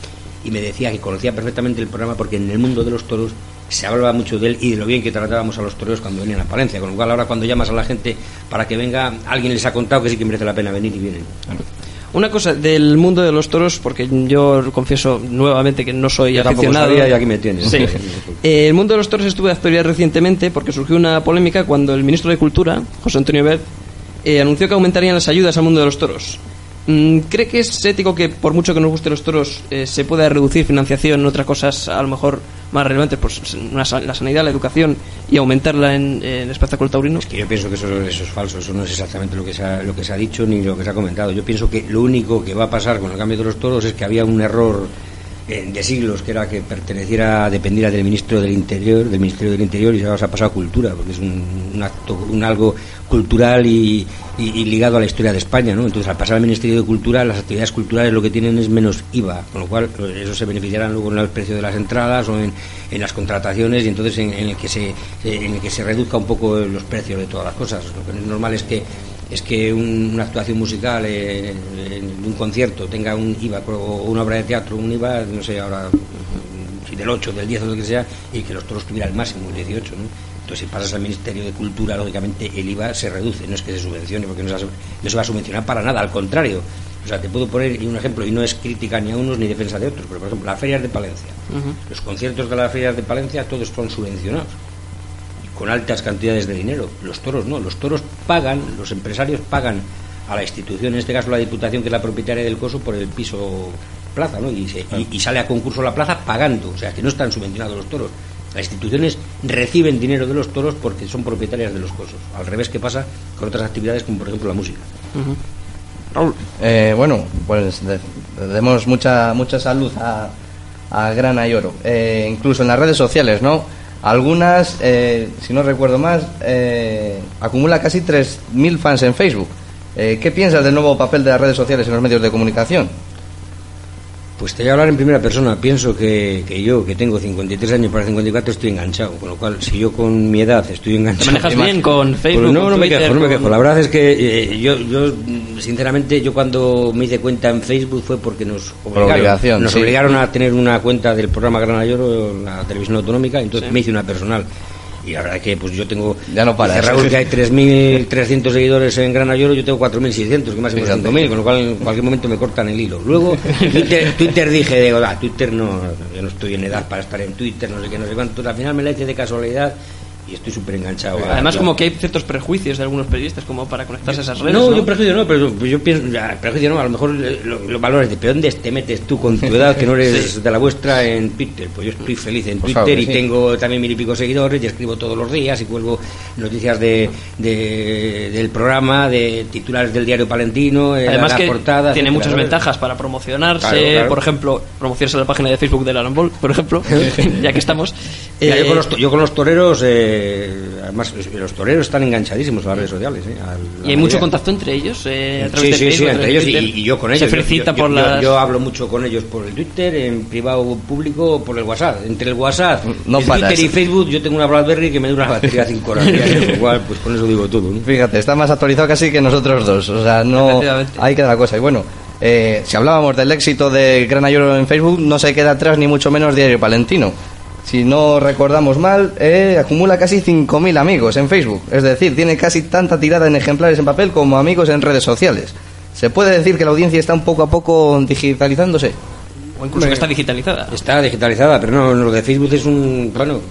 y me decía que conocía perfectamente el programa porque en el mundo de los toros se hablaba mucho de él y de lo bien que tratábamos a los toreros cuando venían a Palencia, con lo cual ahora cuando llamas a la gente para que venga, alguien les ha contado que sí que merece la pena venir y vienen. Una cosa del mundo de los toros, porque yo confieso nuevamente que no soy aficionado. Sabía, y aquí me tienes. Sí. El mundo de los toros estuvo de actualidad recientemente porque surgió una polémica cuando el ministro de Cultura, José Antonio Bert, anunció que aumentarían las ayudas al mundo de los toros. ¿Cree que es ético que, por mucho que nos gusten los toros, se pueda reducir financiación en otras cosas a lo mejor más relevantes, pues la sanidad, la educación, y aumentarla en el espectáculo taurino? Es que yo pienso que eso es falso, eso no es exactamente lo que se ha dicho ni lo que se ha comentado. Yo pienso que lo único que va a pasar con el cambio de los toros es que había un error de siglos, que era que dependiera del Ministerio del Interior, y ahora se ha pasado a Cultura, porque es un algo cultural y ligado a la historia de España, ¿no? Entonces, al pasar al Ministerio de Cultura, las actividades culturales lo que tienen es menos IVA, con lo cual eso se beneficiará luego en el precio de las entradas o en las contrataciones, y entonces en el que se reduzca un poco los precios de todas las cosas. Lo que es normal es que una actuación musical en un concierto tenga un IVA, o una obra de teatro un IVA, no sé, ahora si del 8, del 10 o lo que sea, y que los toros tuviera el máximo, el 18, ¿no? Entonces, si pasas al Ministerio de Cultura, lógicamente el IVA se reduce, no es que se subvencione, porque no se va a subvencionar para nada, al contrario. O sea, te puedo poner un ejemplo, y no es crítica ni a unos ni defensa de otros, pero por ejemplo, las ferias de Palencia. Los conciertos de las ferias de Palencia todos son subvencionados, con altas cantidades de dinero. Los toros no, los toros pagan, los empresarios pagan a la institución, en este caso la Diputación, que es la propietaria del coso, por el piso plaza, ¿no? Y sale a concurso la plaza pagando, o sea, que no están subvencionados los toros. Las instituciones reciben dinero de los toros porque son propietarias de los cosos, al revés que pasa con otras actividades como por ejemplo la música. Raúl. Bueno, pues demos mucha salud a Grana y Oro, incluso en las redes sociales, ¿no? Algunas, si no recuerdo más, acumula casi 3.000 fans en Facebook. ¿Qué piensas del nuevo papel de las redes sociales en los medios de comunicación? Pues te voy a hablar en primera persona. Pienso que yo, que tengo 53 años para 54, estoy enganchado. Con lo cual, si yo con mi edad estoy enganchado... ¿Te manejas bien con Facebook? Pues no me quejo. La verdad es que yo sinceramente, yo cuando me hice cuenta en Facebook fue porque nos obligaron a tener una cuenta del programa Grana y Oro, la televisión autonómica, entonces me hice una personal. Y la verdad es que pues yo tengo... Ya no para. Raúl, que hay 3.300 seguidores en Grana y Oro, yo tengo 4.600, que más de 5.000, con lo cual en cualquier momento me cortan el hilo. Luego, Twitter dije, Twitter no, yo no estoy en edad para estar en Twitter, no sé qué, no sé cuánto. Al final me la hice de casualidad y estoy súper enganchado. Además, como que hay ciertos prejuicios de algunos periodistas como para conectarse a esas redes. No, yo prejuicio no, pero yo pienso, prejuicio no, a lo mejor los valores de, ¿pero dónde te metes tú con tu edad que no eres de la vuestra en Twitter? Pues yo estoy feliz en Twitter y tengo también 1.000 y pico seguidores y escribo todos los días y cuelgo noticias del programa, de titulares del diario palentino, además que portadas, tiene muchas ventajas para promocionarse, claro. Por ejemplo, promocionarse en la página de Facebook del Alan Ball, por ejemplo, ya que estamos. Yo con los toreros, además los toreros están enganchadísimos a las redes sociales. Y hay mucho contacto entre ellos, a través de Facebook, entre ellos y yo con ellos. Se felicita por yo hablo mucho con ellos por el Twitter, en privado público, por el WhatsApp. Entre el WhatsApp, Twitter y Facebook, yo tengo una BlackBerry que me dura una batería 5 horas. Lo cual, pues con eso digo todo, ¿no? Fíjate, está más actualizado casi que nosotros dos. O sea, no ahí queda la cosa. Y bueno, si hablábamos del éxito de Grana y Oro en Facebook, no se queda atrás ni mucho menos Diario Palentino. Si no recordamos mal, acumula casi 5.000 amigos en Facebook. Es decir, tiene casi tanta tirada en ejemplares en papel como amigos en redes sociales. ¿Se puede decir que la audiencia está un poco a poco digitalizándose? O incluso que está digitalizada. Está digitalizada, pero no, lo de Facebook es un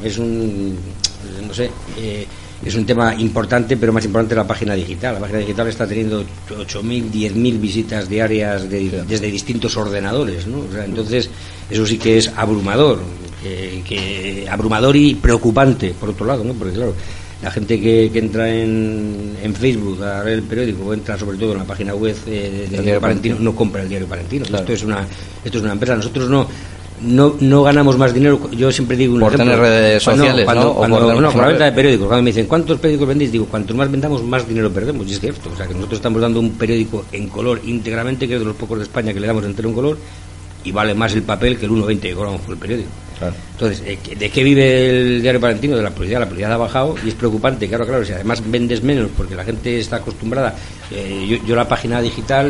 tema importante, pero más importante la página digital. La página digital está teniendo 8.000, 10.000 visitas diarias desde distintos ordenadores, ¿no? O sea, entonces, eso sí que es abrumador. Abrumador y preocupante, por otro lado, ¿no? Porque claro, la gente que entra en Facebook a ver el periódico, o entra sobre todo en la página web del Diario Palentino, no compra el Diario Palentino. Claro. Esto es una empresa. Nosotros no ganamos más dinero. Yo siempre digo por tener redes sociales, por la venta de periódicos. Cuando me dicen ¿cuántos periódicos vendéis? Digo, cuanto más vendamos, más dinero perdemos. Y es cierto, o sea, que nosotros estamos dando un periódico en color íntegramente, que es de los pocos de España que le damos entero en color, y vale más el papel que el 1,20 que cobramos por el periódico. Claro. Entonces, ¿de qué vive el Diario Palentino? De la publicidad. La publicidad ha bajado y es preocupante. Claro, si además vendes menos porque la gente está acostumbrada. Yo la página digital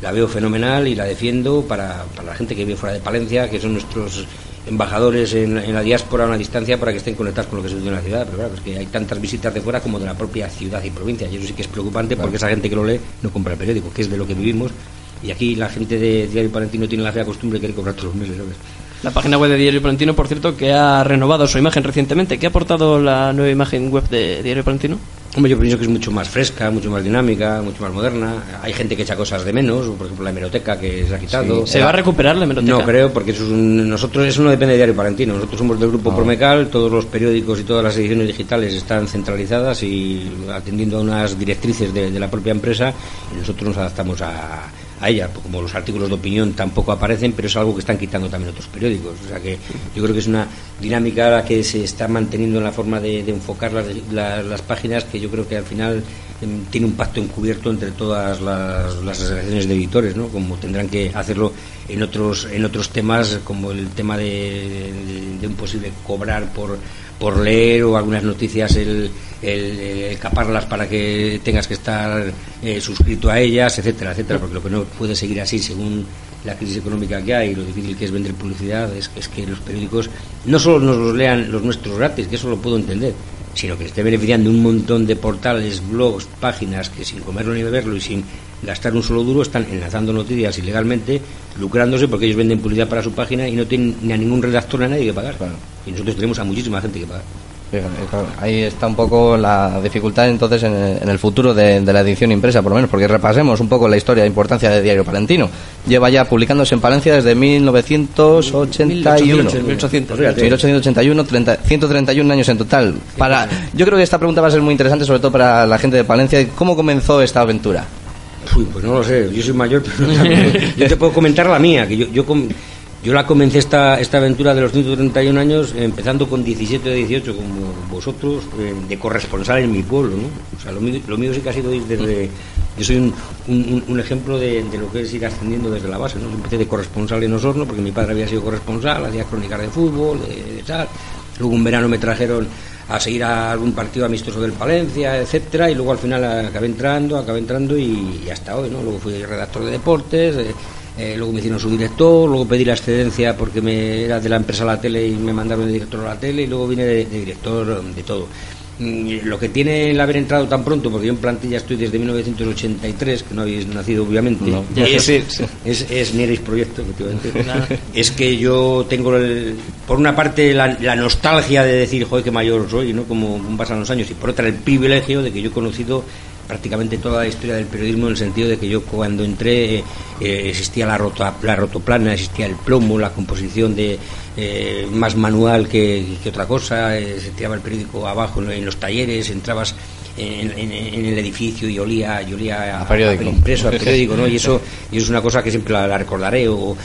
la veo fenomenal y la defiendo para la gente que vive fuera de Palencia, que son nuestros embajadores en la diáspora a una distancia para que estén conectados con lo que se sucede en la ciudad. Pero claro, es que hay tantas visitas de fuera como de la propia ciudad y provincia, y eso sí que es preocupante, porque esa gente que lo lee no compra el periódico, que es de lo que vivimos, y aquí la gente de Diario Palentino tiene la fea costumbre de querer cobrar todos los meses, ¿sabes? La página web de Diario Palentino, por cierto, que ha renovado su imagen recientemente. ¿Qué ha aportado la nueva imagen web de Diario Palentino? Hombre, yo pienso que es mucho más fresca, mucho más dinámica, mucho más moderna. Hay gente que echa cosas de menos, por ejemplo la hemeroteca que se ha quitado. ¿Se va a recuperar la hemeroteca? No creo, porque eso no depende de Diario Palentino. Nosotros somos del grupo Promecal, todos los periódicos y todas las ediciones digitales están centralizadas y atendiendo a unas directrices de la propia empresa, y nosotros nos adaptamos a ella, como los artículos de opinión tampoco aparecen, pero es algo que están quitando también otros periódicos. O sea que yo creo que es una dinámica la que se está manteniendo en la forma de enfocar las páginas, que yo creo que al final tiene un pacto encubierto entre todas las asociaciones de editores, ¿no? Como tendrán que hacerlo en otros temas, como el tema de un posible cobrar por leer, o algunas noticias el caparlas para que tengas que estar suscrito a ellas, etcétera, etcétera, porque lo que no puede seguir así, según la crisis económica que hay y lo difícil que es vender publicidad, es que los periódicos no solo nos los lean los nuestros gratis, que eso lo puedo entender, sino que esté beneficiando un montón de portales, blogs, páginas que sin comerlo ni beberlo y sin gastar un solo duro están enlazando noticias ilegalmente, lucrándose porque ellos venden publicidad para su página y no tienen ni a ningún redactor ni a nadie que pagar. Claro. Y nosotros tenemos a muchísima gente que pagar. Claro, ahí está un poco la dificultad entonces en el futuro de la edición impresa, por lo menos, porque repasemos un poco la historia de importancia de Diario Palentino. Lleva ya publicándose en Palencia desde 1981. 1881, 131 años en total. Yo creo que esta pregunta va a ser muy interesante, sobre todo para la gente de Palencia. ¿Cómo comenzó esta aventura? Uy, pues no lo sé, yo soy mayor, pero no, yo te puedo comentar la mía, que yo la comencé esta aventura de los 131 años empezando con 17 o 18 como vosotros, de corresponsal en mi pueblo, ¿no? O sea, lo mío sí que ha sido desde... Yo soy un ejemplo de lo que es ir ascendiendo desde la base, ¿no? Yo empecé de corresponsal en Osorno porque mi padre había sido corresponsal, hacía crónicas de fútbol, de tal. Luego un verano me trajeron a seguir a algún partido amistoso del Palencia, etcétera, y luego al final acabé entrando y hasta hoy, ¿no? Luego fui redactor de deportes, luego me hicieron su director, luego pedí la excedencia porque era de la empresa La Tele y me mandaron de director a La Tele, y luego vine de director de todo. Lo que tiene el haber entrado tan pronto, porque yo en plantilla estoy desde 1983, que no habéis nacido obviamente, no. Es ni erais proyecto, efectivamente. Es que yo tengo por una parte la nostalgia de decir, joder, qué mayor soy, ¿no? Como pasan los años, y por otra el privilegio de que yo he conocido prácticamente toda la historia del periodismo, en el sentido de que yo cuando entré existía la rotoplana, existía el plomo, la composición más manual que otra cosa, se tiraba el periódico abajo en los talleres, entrabas en el edificio y olía a periódico, impreso, a periódico, ¿no? Y eso es una cosa que siempre la recordaré, o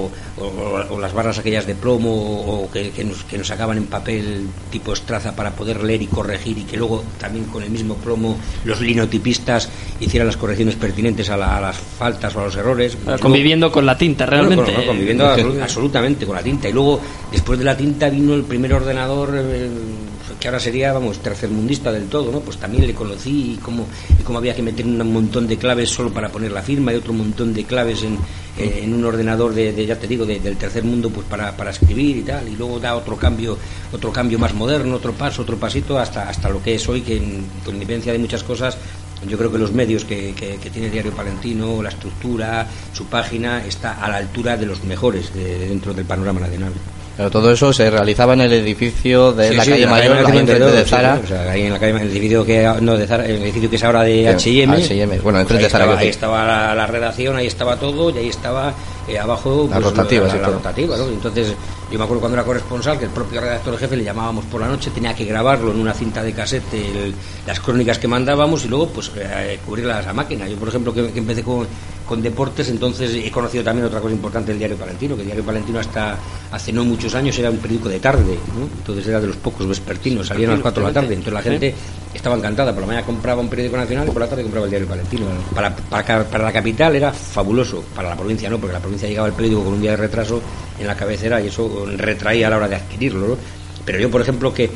las barras aquellas de plomo, o que nos sacaban en papel tipo estraza para poder leer y corregir, y que luego también con el mismo plomo los linotipistas hicieran las correcciones pertinentes a las faltas o a los errores. Conviviendo con la tinta, realmente. Conviviendo absolutamente con la tinta. Y luego, después de la tinta, vino el primer ordenador, que ahora sería, tercermundista del todo, ¿no? Pues también le conocí, y cómo había que meter un montón de claves solo para poner la firma, y otro montón de claves en un ordenador ya te digo, del tercer mundo, pues para escribir y tal. Y luego da otro cambio más moderno, otro pasito hasta lo que es hoy, que con independencia de muchas cosas, yo creo que los medios que tiene Diario Palentino, la estructura, su página, está a la altura de los mejores dentro del panorama nacional. Pero todo eso se realizaba en el edificio de la calle Mayor, enfrente de Zara. O sea, ahí en la calle, el edificio que es ahora de H&M. Bueno, enfrente de Zara. Ahí estaba la redacción, ahí estaba todo, y ahí estaba abajo la rotativa, ¿no? Entonces, yo me acuerdo cuando era corresponsal que el propio redactor jefe le llamábamos por la noche, tenía que grabarlo en una cinta de casete, las crónicas que mandábamos, y luego pues cubrirlas a máquina. Yo, por ejemplo, que empecé con deportes, entonces he conocido también otra cosa importante del Diario Palentino, que el Diario Palentino hasta hace no muchos años era un periódico de tarde, ¿no? Entonces era de los pocos vespertinos, salían a las 4 de la tarde, entonces la gente estaba encantada, por la mañana compraba un periódico nacional y por la tarde compraba el Diario Palentino. Para la capital era fabuloso, para la provincia no, porque la provincia llegaba el periódico con un día de retraso en la cabecera, y eso retraía a la hora de adquirirlo, ¿no? Pero yo, por ejemplo, que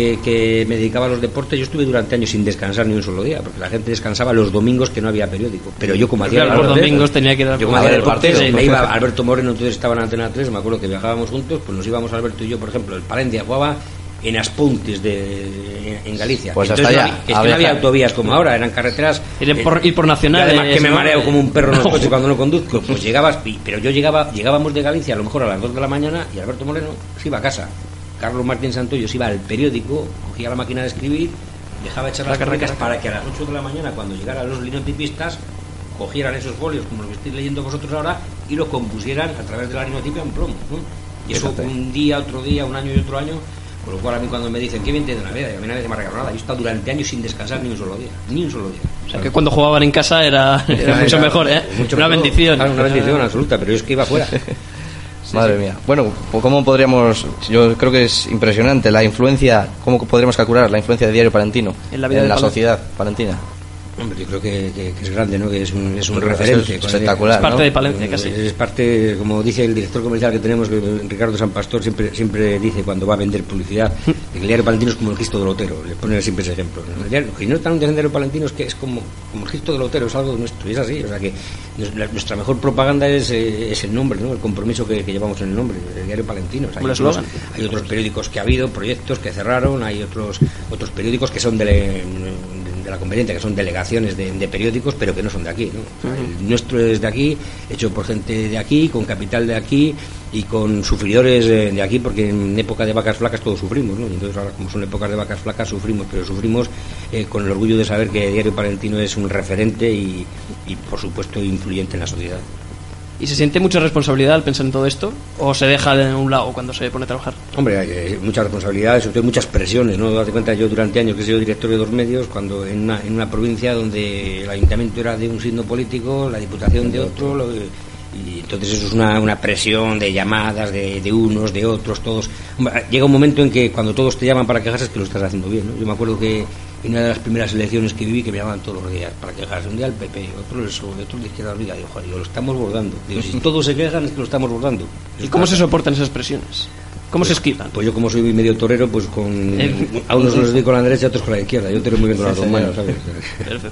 me dedicaba a los deportes, yo estuve durante años sin descansar ni un solo día, porque la gente descansaba los domingos que no había periódico. Pero yo, como hacía los domingos tenía que ir a deportes, me iba Alberto Moreno, entonces estaba en Antena 3, me acuerdo que viajábamos juntos, pues nos íbamos Alberto y yo, por ejemplo, el Palencia jugaba en Aspontes en Galicia. Pues entonces, hasta allá. Que no había autovías como ahora, eran carreteras. Ir por Nacional. Además que me mareo como un perro en el coche cuando no conduzco. Pues pero llegábamos de Galicia a lo mejor a las 2 de la mañana y Alberto Moreno se iba a casa. Carlos Martín Santoyo se iba al periódico, cogía la máquina de escribir, dejaba echar las crónicas para que a las 8 de la mañana, cuando llegaran los linotipistas, cogieran esos folios como los que estáis leyendo vosotros ahora y los compusieran a través de la linotipia en plomo, ¿no? Y eso un día, otro día, un año y otro año. Por lo cual a mí cuando me dicen, ¿qué bien te da la vida? Y a mí nadie me ha regalado nada. Yo he estado durante años sin descansar ni un solo día. O sea, que cuando jugaban en casa era mucho mejor, ¿eh? Una bendición. Claro, una bendición absoluta, pero yo es que iba fuera. Madre mía. Bueno, ¿cómo podríamos...? Yo creo que es impresionante la influencia... ¿Cómo podríamos calcular la influencia de Diario Palentino en la sociedad palentina? Hombre, yo creo que es grande, ¿no? Que es un referente. Es espectacular, es parte, ¿no? de Palencia, casi. Es parte, como dice el director comercial que tenemos, Ricardo San Pastor, siempre dice cuando va a vender publicidad, que el Diario Palentino es como el Cristo del Otero. Le pone siempre ese ejemplo. Lo que no están defendiendo el Palentino es que es como el Cristo del Otero, es algo nuestro, y es así. O sea que nuestra mejor propaganda es el nombre, ¿no? El compromiso que llevamos en el nombre, el Diario Palentino. O sea, hay otros periódicos que ha habido, proyectos que cerraron, hay otros periódicos que son de la competencia, que son delegaciones de periódicos, pero que no son de aquí, ¿no? O sea, el nuestro es de aquí, hecho por gente de aquí, con capital de aquí y con sufridores de aquí, porque en época de vacas flacas todos sufrimos, ¿no? Y entonces ahora, como son épocas de vacas flacas, sufrimos, pero sufrimos con el orgullo de saber que Diario Palentino es un referente y por supuesto influyente en la sociedad. ¿Y se siente mucha responsabilidad al pensar en todo esto? ¿O se deja de un lado cuando se pone a trabajar? Hombre, hay muchas responsabilidades, sobre todo muchas presiones, ¿no? Date cuenta, yo durante años que he sido director de 2 medios, cuando en una provincia donde el ayuntamiento era de un signo político, la diputación de otro, y entonces eso es una presión de llamadas de unos, de otros, todos. Hombre, llega un momento en que cuando todos te llaman para quejarse es que lo estás haciendo bien, ¿no? Yo me acuerdo que en una de las primeras elecciones que viví, que me llamaban todos los días para quejarse, un día el PP, otro el PSOE, otro de Izquierda Unida, digo, joder, lo estamos bordando. Digo, si todos se quejan es que lo estamos bordando. ¿Y cómo se soportan esas presiones? ¿Cómo se esquivan? Pues yo, como soy medio torero, pues a unos los doy con la derecha, a otros con la izquierda. Yo tiro muy bien con las dos manos, ¿sabes? Perfecto.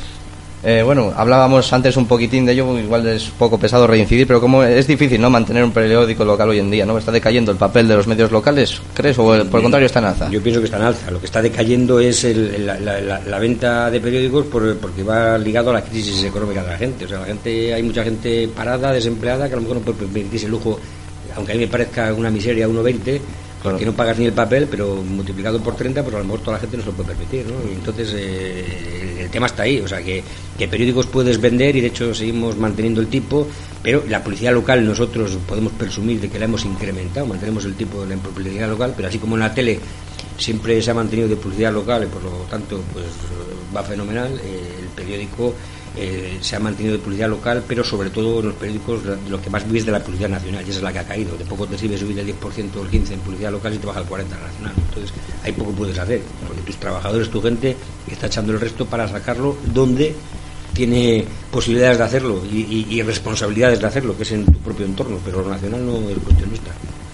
Bueno, hablábamos antes un poquitín de ello, igual es poco pesado reincidir, pero como es difícil, ¿no?, mantener un periódico local hoy en día, ¿no? ¿Está decayendo el papel de los medios locales, crees, o por el contrario está en alza? Yo pienso que está en alza. Lo que está decayendo es la venta de periódicos porque va ligado a la crisis económica de la gente. O sea, hay mucha gente parada, desempleada, que a lo mejor no puede permitirse el lujo, aunque a mí me parezca una miseria 1,20, porque no pagas ni el papel, pero multiplicado por 30, pues a lo mejor toda la gente no se lo puede permitir, ¿no? Y entonces el tema está ahí, o sea que periódicos puedes vender, y de hecho seguimos manteniendo el tipo, pero la publicidad local nosotros podemos presumir de que la hemos incrementado, mantenemos el tipo de la publicidad local, pero así como en la tele siempre se ha mantenido de publicidad local y por lo tanto pues va fenomenal, el periódico se ha mantenido de publicidad local, pero sobre todo en los periódicos lo que más vives de la publicidad nacional, y esa es la que ha caído. De poco te sirve subir el 10% o el 15% en publicidad local y te baja el 40% en la nacional. Entonces ahí poco puedes hacer, porque tus trabajadores, tu gente está echando el resto para sacarlo donde tiene posibilidades de hacerlo y responsabilidades de hacerlo, que es en tu propio entorno, pero lo nacional no es cuestión nuestra.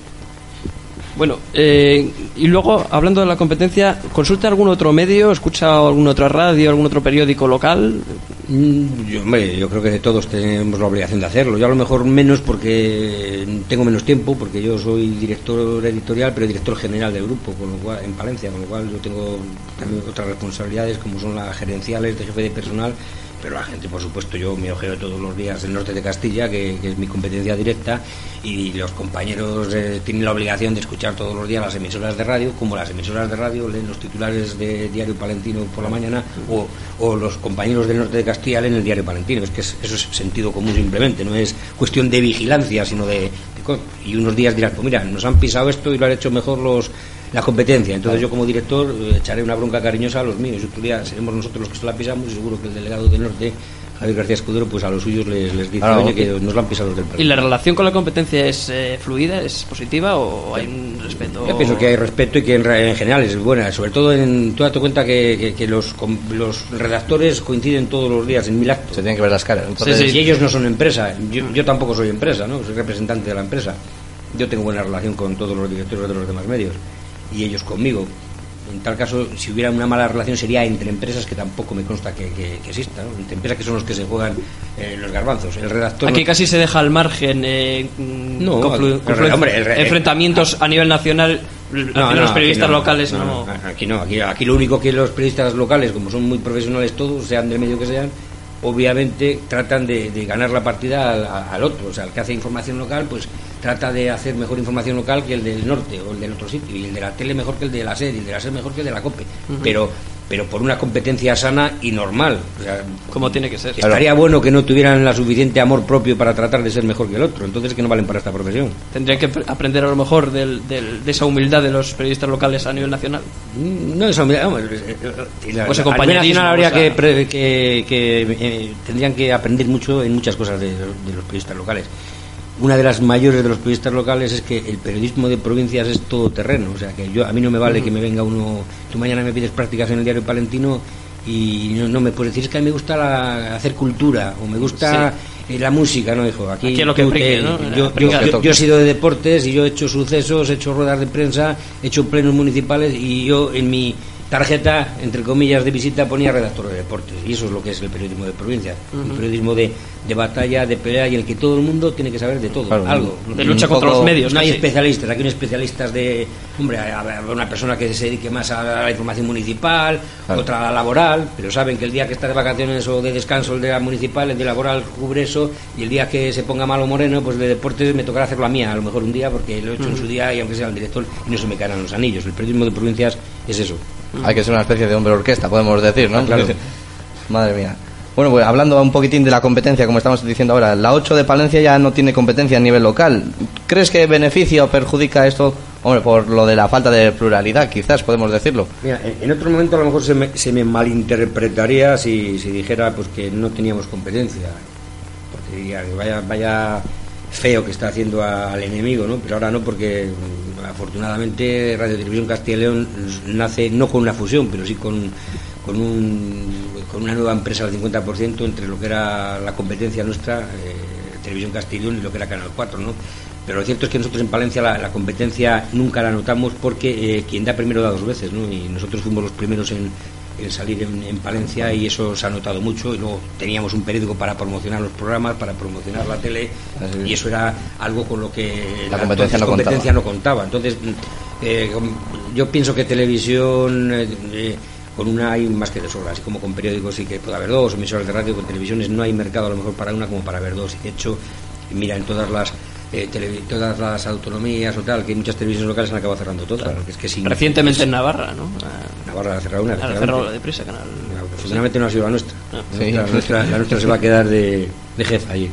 Bueno, y luego, hablando de la competencia, ¿consulta algún otro medio? ¿Escucha alguna otra radio, algún otro periódico local? Yo creo que todos tenemos la obligación de hacerlo. Yo a lo mejor menos porque tengo menos tiempo, porque yo soy director editorial, pero director general del grupo, con lo cual, en Palencia, con lo cual yo tengo también otras responsabilidades, como son las gerenciales, de jefe de personal. Pero la gente, por supuesto, yo me ojeo todos los días el norte de Castilla, que es mi competencia directa, y los compañeros tienen la obligación de escuchar todos los días las emisoras de radio, como las emisoras de radio leen los titulares de Diario Palentino por la mañana, o los compañeros del norte de Castilla leen el Diario Palentino. Es que eso es sentido común simplemente, no es cuestión de vigilancia, sino y unos días dirás, pues mira, nos han pisado esto y lo han hecho mejor la competencia. Entonces yo, como director, echaré una bronca cariñosa a los míos, y otro día seremos nosotros los que se la pisamos, y seguro que el delegado del norte, Javier García Escudero, pues a los suyos les dice, oye, que nos lo han pisado los del país. ¿Y la relación con la competencia es fluida, es positiva, o hay un respeto? Yo pienso que hay respeto, y que en general es buena, sobre todo tú date cuenta que los redactores coinciden todos los días en 1000 actos. Se tienen que ver las caras. Entonces, si ellos no son empresa, yo tampoco soy empresa, ¿no? Soy representante de la empresa. Yo tengo buena relación con todos los directores de los demás medios. y ellos conmigo. En tal caso, si hubiera una mala relación sería entre empresas, que tampoco me consta que exista, ¿no? Entre empresas que son los que se juegan los garbanzos. El redactor aquí casi se deja al margen enfrentamientos a nivel nacional. Los periodistas locales no. Aquí lo único que los periodistas locales, como son muy profesionales todos, sean del medio que sean, obviamente tratan de ganar la partida al otro. O sea, el que hace información local, pues trata de hacer mejor información local que el del norte o el del otro sitio, y el de la tele mejor que el de la SER, y el de la SER mejor que el de la COPE. Pero por una competencia sana y normal. O sea, como tiene que ser. Estaría bueno que no tuvieran la suficiente amor propio para tratar de ser mejor que el otro. Entonces, que no valen para esta profesión. Tendrían que aprender a lo mejor de esa humildad de los periodistas locales a nivel nacional. No, esa humildad. Pues a nivel nacional habría tendrían que aprender mucho en muchas cosas de los periodistas locales. Una de las mayores de los periodistas locales es que el periodismo de provincias es todoterreno. O sea, que a mí no me vale que me venga uno, tú mañana me pides prácticas en el diario Palentino y no me puedes decir, es que a mí me gusta hacer cultura o me gusta la música, ¿no, hijo? Aquí es lo que brinque, ¿no? Yo he sido de deportes y yo he hecho sucesos, he hecho ruedas de prensa, he hecho plenos municipales, y yo en mi tarjeta, entre comillas, de visita ponía redactor de deportes, y eso es lo que es el periodismo de provincia, un periodismo de batalla, de pelea, y en el que todo el mundo tiene que saber de todo, algo. De lucha contra los medios. No hay especialistas, aquí hay especialistas de, una persona que se dedique más a la información municipal, otra a la laboral, pero saben que el día que está de vacaciones o de descanso el de la municipal, el de laboral cubre eso, y el día que se ponga malo Moreno, pues de deportes me tocará hacerlo a mí, a lo mejor un día, porque lo he hecho en su día, y aunque sea el director, y no se me caerán los anillos. El periodismo de provincias es eso. Hay que ser una especie de hombre orquesta, podemos decir, ¿no? Claro. Madre mía. Bueno, pues hablando un poquitín de la competencia, como estamos diciendo ahora, la 8 de Palencia ya no tiene competencia a nivel local. ¿Crees que beneficia o perjudica esto? Hombre, por lo de la falta de pluralidad, quizás podemos decirlo. Mira, en otro momento a lo mejor se me malinterpretaría si dijera pues que no teníamos competencia. Porque diría que vaya feo que está haciendo al enemigo, ¿no? Pero ahora no, porque afortunadamente Radio Televisión Castilla y León nace no con una fusión, pero sí con una nueva empresa al 50% entre lo que era la competencia nuestra, Televisión Castilla y León, y lo que era Canal 4, ¿no? Pero lo cierto es que nosotros en Palencia la competencia nunca la notamos, porque quien da primero da dos veces, ¿no? Y nosotros fuimos los primeros en salir en Palencia, y eso se ha notado mucho. Y luego teníamos un periódico para promocionar los programas, para promocionar la tele, y eso era algo con lo que la competencia no contaba. Entonces yo pienso que televisión con una hay más que de sobra, así como con periódicos sí que puede haber dos, emisoras de radio. Con televisiones no hay mercado a lo mejor para una como para haber dos, y de hecho mira, en todas las autonomías o tal, que hay muchas televisiones locales han acabado cerrando todas. Claro. Es que recientemente en Navarra, ¿no? Navarra ha cerrado una. Cerró deprisa, Canal. Afortunadamente no ha sido la nuestra. Sí. La nuestra se va a quedar de jefa allí.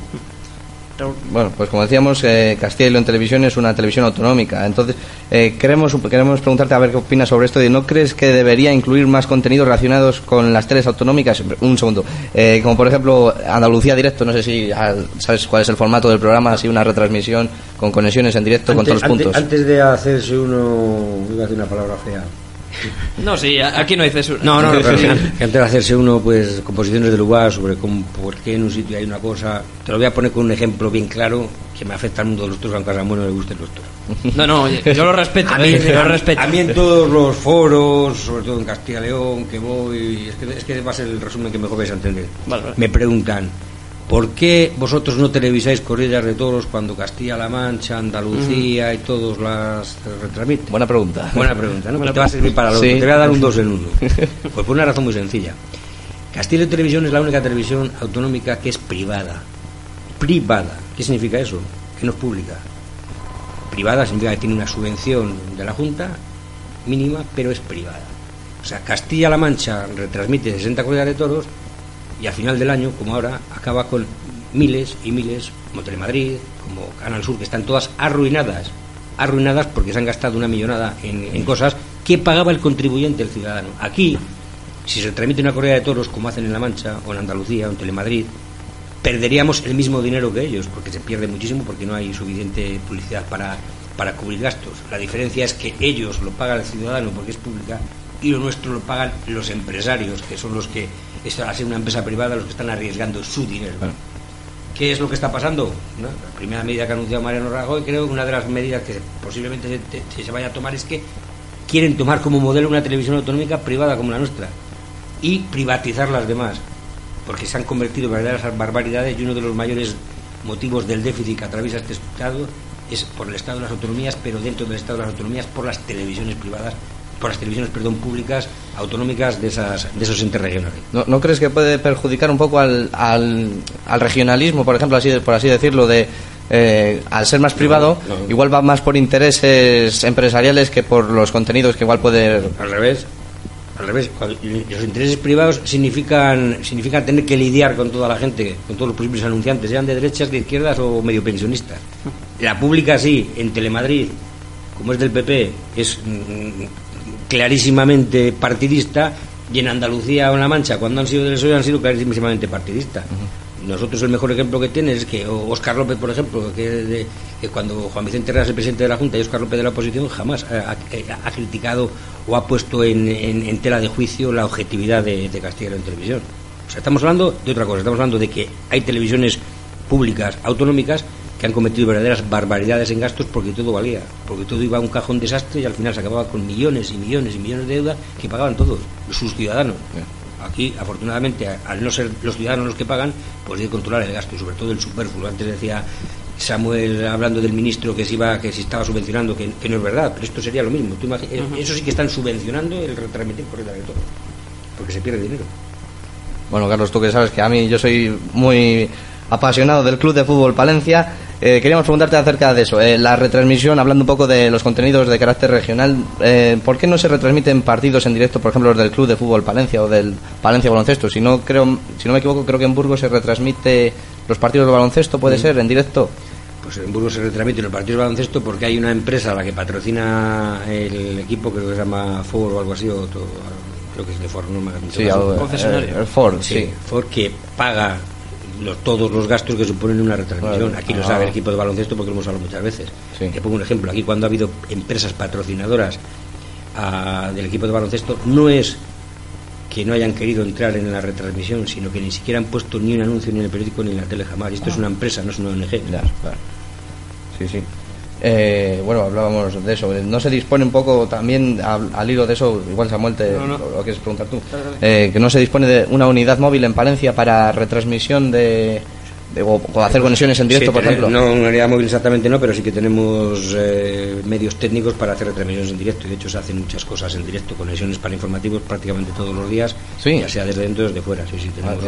Bueno, pues como decíamos, Castilla y León Televisión es una televisión autonómica. Entonces, queremos preguntarte a ver qué opinas sobre esto. ¿No crees que debería incluir más contenidos relacionados con las teles autonómicas? Un segundo. Como por ejemplo Andalucía Directo, no sé si sabes cuál es el formato del programa, así una retransmisión con conexiones en directo con todos los puntos. Antes de hacerse uno, iba a decir una palabra fea. No, sí, aquí no hay censura. No, que antes de hacerse uno, pues, composiciones de lugar sobre por qué en un sitio hay una cosa. Te lo voy a poner con un ejemplo bien claro que me afecta al mundo de los toros, aunque a Ramón no le gusten los toros. No, yo lo respeto. A mí en todos los foros, sobre todo en Castilla y León, que voy, es que va a ser el resumen que mejor vais a entender. Vale. Me preguntan, ¿por qué vosotros no televisáis corridas de toros cuando Castilla-La Mancha, Andalucía y todos las retransmiten? Buena pregunta, ¿no? Te va a servir para lo otro. Te voy a dar un 2 en 1. Pues por una razón muy sencilla. Castilla y León Televisión es la única televisión autonómica que es privada. Privada. ¿Qué significa eso? Que no es pública. Privada significa que tiene una subvención de la Junta mínima, pero es privada. O sea, Castilla-La Mancha retransmite 60 corridas de toros, y al final del año, como ahora, acaba con miles y miles, como Telemadrid, como Canal Sur, que están todas arruinadas porque se han gastado una millonada en cosas que pagaba el contribuyente, el ciudadano. Aquí, si se transmite una corrida de toros como hacen en La Mancha o en Andalucía o en Telemadrid, perderíamos el mismo dinero que ellos, porque se pierde muchísimo, porque no hay suficiente publicidad para cubrir gastos. La diferencia es que ellos lo paga el ciudadano porque es pública, y lo nuestro lo pagan los empresarios, que son los que, al ser una empresa privada, los que están arriesgando su dinero. Bueno. ¿Qué es lo que está pasando? ¿No? La primera medida que ha anunciado Mariano Rajoy, creo que una de las medidas que posiblemente se vaya a tomar es que quieren tomar como modelo una televisión autonómica privada como la nuestra y privatizar las demás, porque se han convertido en verdaderas barbaridades, y uno de los mayores motivos del déficit que atraviesa este Estado es por el Estado de las autonomías, pero dentro del Estado de las autonomías por las televisiones privadas, por las televisiones, públicas, autonómicas de esos entes regionales. ¿No crees que puede perjudicar un poco al regionalismo, por ejemplo, por así decirlo, al ser más privado, No. igual va más por intereses empresariales que por los contenidos que igual puede... Al revés. Los intereses privados significan tener que lidiar con toda la gente, con todos los posibles anunciantes, sean de derechas, de izquierdas o medio pensionistas. La pública sí, en Telemadrid, como es del PP, es clarísimamente partidista, y en Andalucía o en La Mancha, cuando han sido del PSOE, han sido clarísimamente partidistas. Nosotros el mejor ejemplo que tiene es que Óscar López, por ejemplo, que cuando Juan Vicente Herrera es el presidente de la Junta y Óscar López de la oposición, jamás ha criticado o ha puesto en tela de juicio la objetividad de Castilla en televisión. O sea, estamos hablando de otra cosa, estamos hablando de que hay televisiones públicas, autonómicas, que han cometido verdaderas barbaridades en gastos porque todo valía, porque todo iba a un cajón desastre y al final se acababa con millones y millones y millones de deuda que pagaban todos, sus ciudadanos. Aquí, afortunadamente, al no ser los ciudadanos los que pagan, pues hay que controlar el gasto, y sobre todo el superfluo. Antes decía Samuel, hablando del ministro, que si estaba subvencionando, que no es verdad, pero esto sería lo mismo. Eso sí que están subvencionando el retransmitir correctamente todo, porque se pierde dinero. Bueno, Carlos, tú que sabes que a mí yo soy muy apasionado del Club de Fútbol Palencia. Queríamos preguntarte acerca de eso, la retransmisión, hablando un poco de los contenidos de carácter regional. ¿Por qué no se retransmiten partidos en directo, por ejemplo, los del Club de Fútbol Palencia o del Palencia Baloncesto? Si no me equivoco, creo que en Burgos se retransmite los partidos de baloncesto, ¿puede ser, en directo? Pues en Burgos se retransmiten los partidos de baloncesto porque hay una empresa a la que patrocina el equipo, creo que se llama Ford o algo así, creo que es de Ford, no me acuerdo. Sí, concesionario. Ford, sí. Ford, que paga todos los gastos que suponen una retransmisión. Aquí lo sabe el equipo de baloncesto porque lo hemos hablado muchas veces. Sí. Te pongo un ejemplo. Aquí, cuando ha habido empresas patrocinadoras del equipo de baloncesto, no es que no hayan querido entrar en la retransmisión, sino que ni siquiera han puesto ni un anuncio ni en el periódico ni en la tele jamás. Y esto es una empresa, no es una ONG. Claro. Sí. Bueno, hablábamos de eso. ¿No se dispone un poco también, al hilo de eso, igual Samuel lo quieres preguntar tú, que no se dispone de una unidad móvil en Palencia para retransmisión o hacer conexiones en directo, por ejemplo? No, una unidad móvil exactamente no, pero sí que tenemos medios técnicos para hacer retransmisiones en directo, y de hecho se hacen muchas cosas en directo, conexiones para informativos prácticamente todos los días, ya sea desde dentro o desde fuera. Sí, tenemos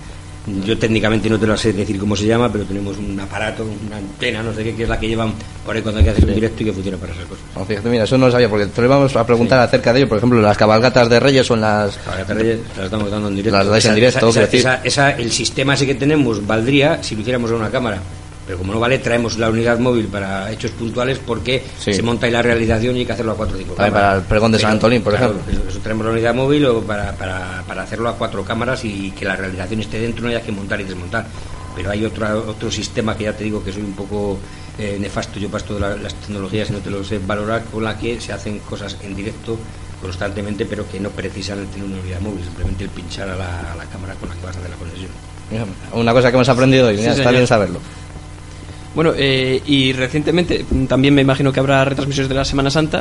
yo técnicamente no te lo sé decir cómo se llama, pero tenemos un aparato, una antena, no sé qué, que es la que llevan por ahí cuando hay que hacer un directo y que funciona para esas cosas. No, fíjate, mira, eso no lo sabía, porque te lo íbamos a preguntar acerca de ello, por ejemplo, las cabalgatas de Reyes o en las... Cabalgatas de Reyes las estamos dando en directo. Las dais en directo, el sistema ese que tenemos valdría si lo hiciéramos a una cámara, pero como no vale, traemos la unidad móvil para hechos puntuales, porque se monta ahí la realización y hay que hacerlo a 4 o 5 cámaras. Para el pregón de San Antolín, por ejemplo. Eso traemos la unidad móvil para hacerlo a 4 cámaras y que la realización esté dentro, no haya que montar y desmontar. Pero hay otro sistema que ya te digo que soy un poco nefasto yo para esto de las tecnologías y no te lo sé valorar, con la que se hacen cosas en directo constantemente, pero que no precisan tener una unidad móvil, simplemente el pinchar a la cámara con la que vas a hacer la conexión. Una cosa que hemos aprendido hoy, está bien saberlo. Bueno, y recientemente también me imagino que habrá retransmisiones de la Semana Santa.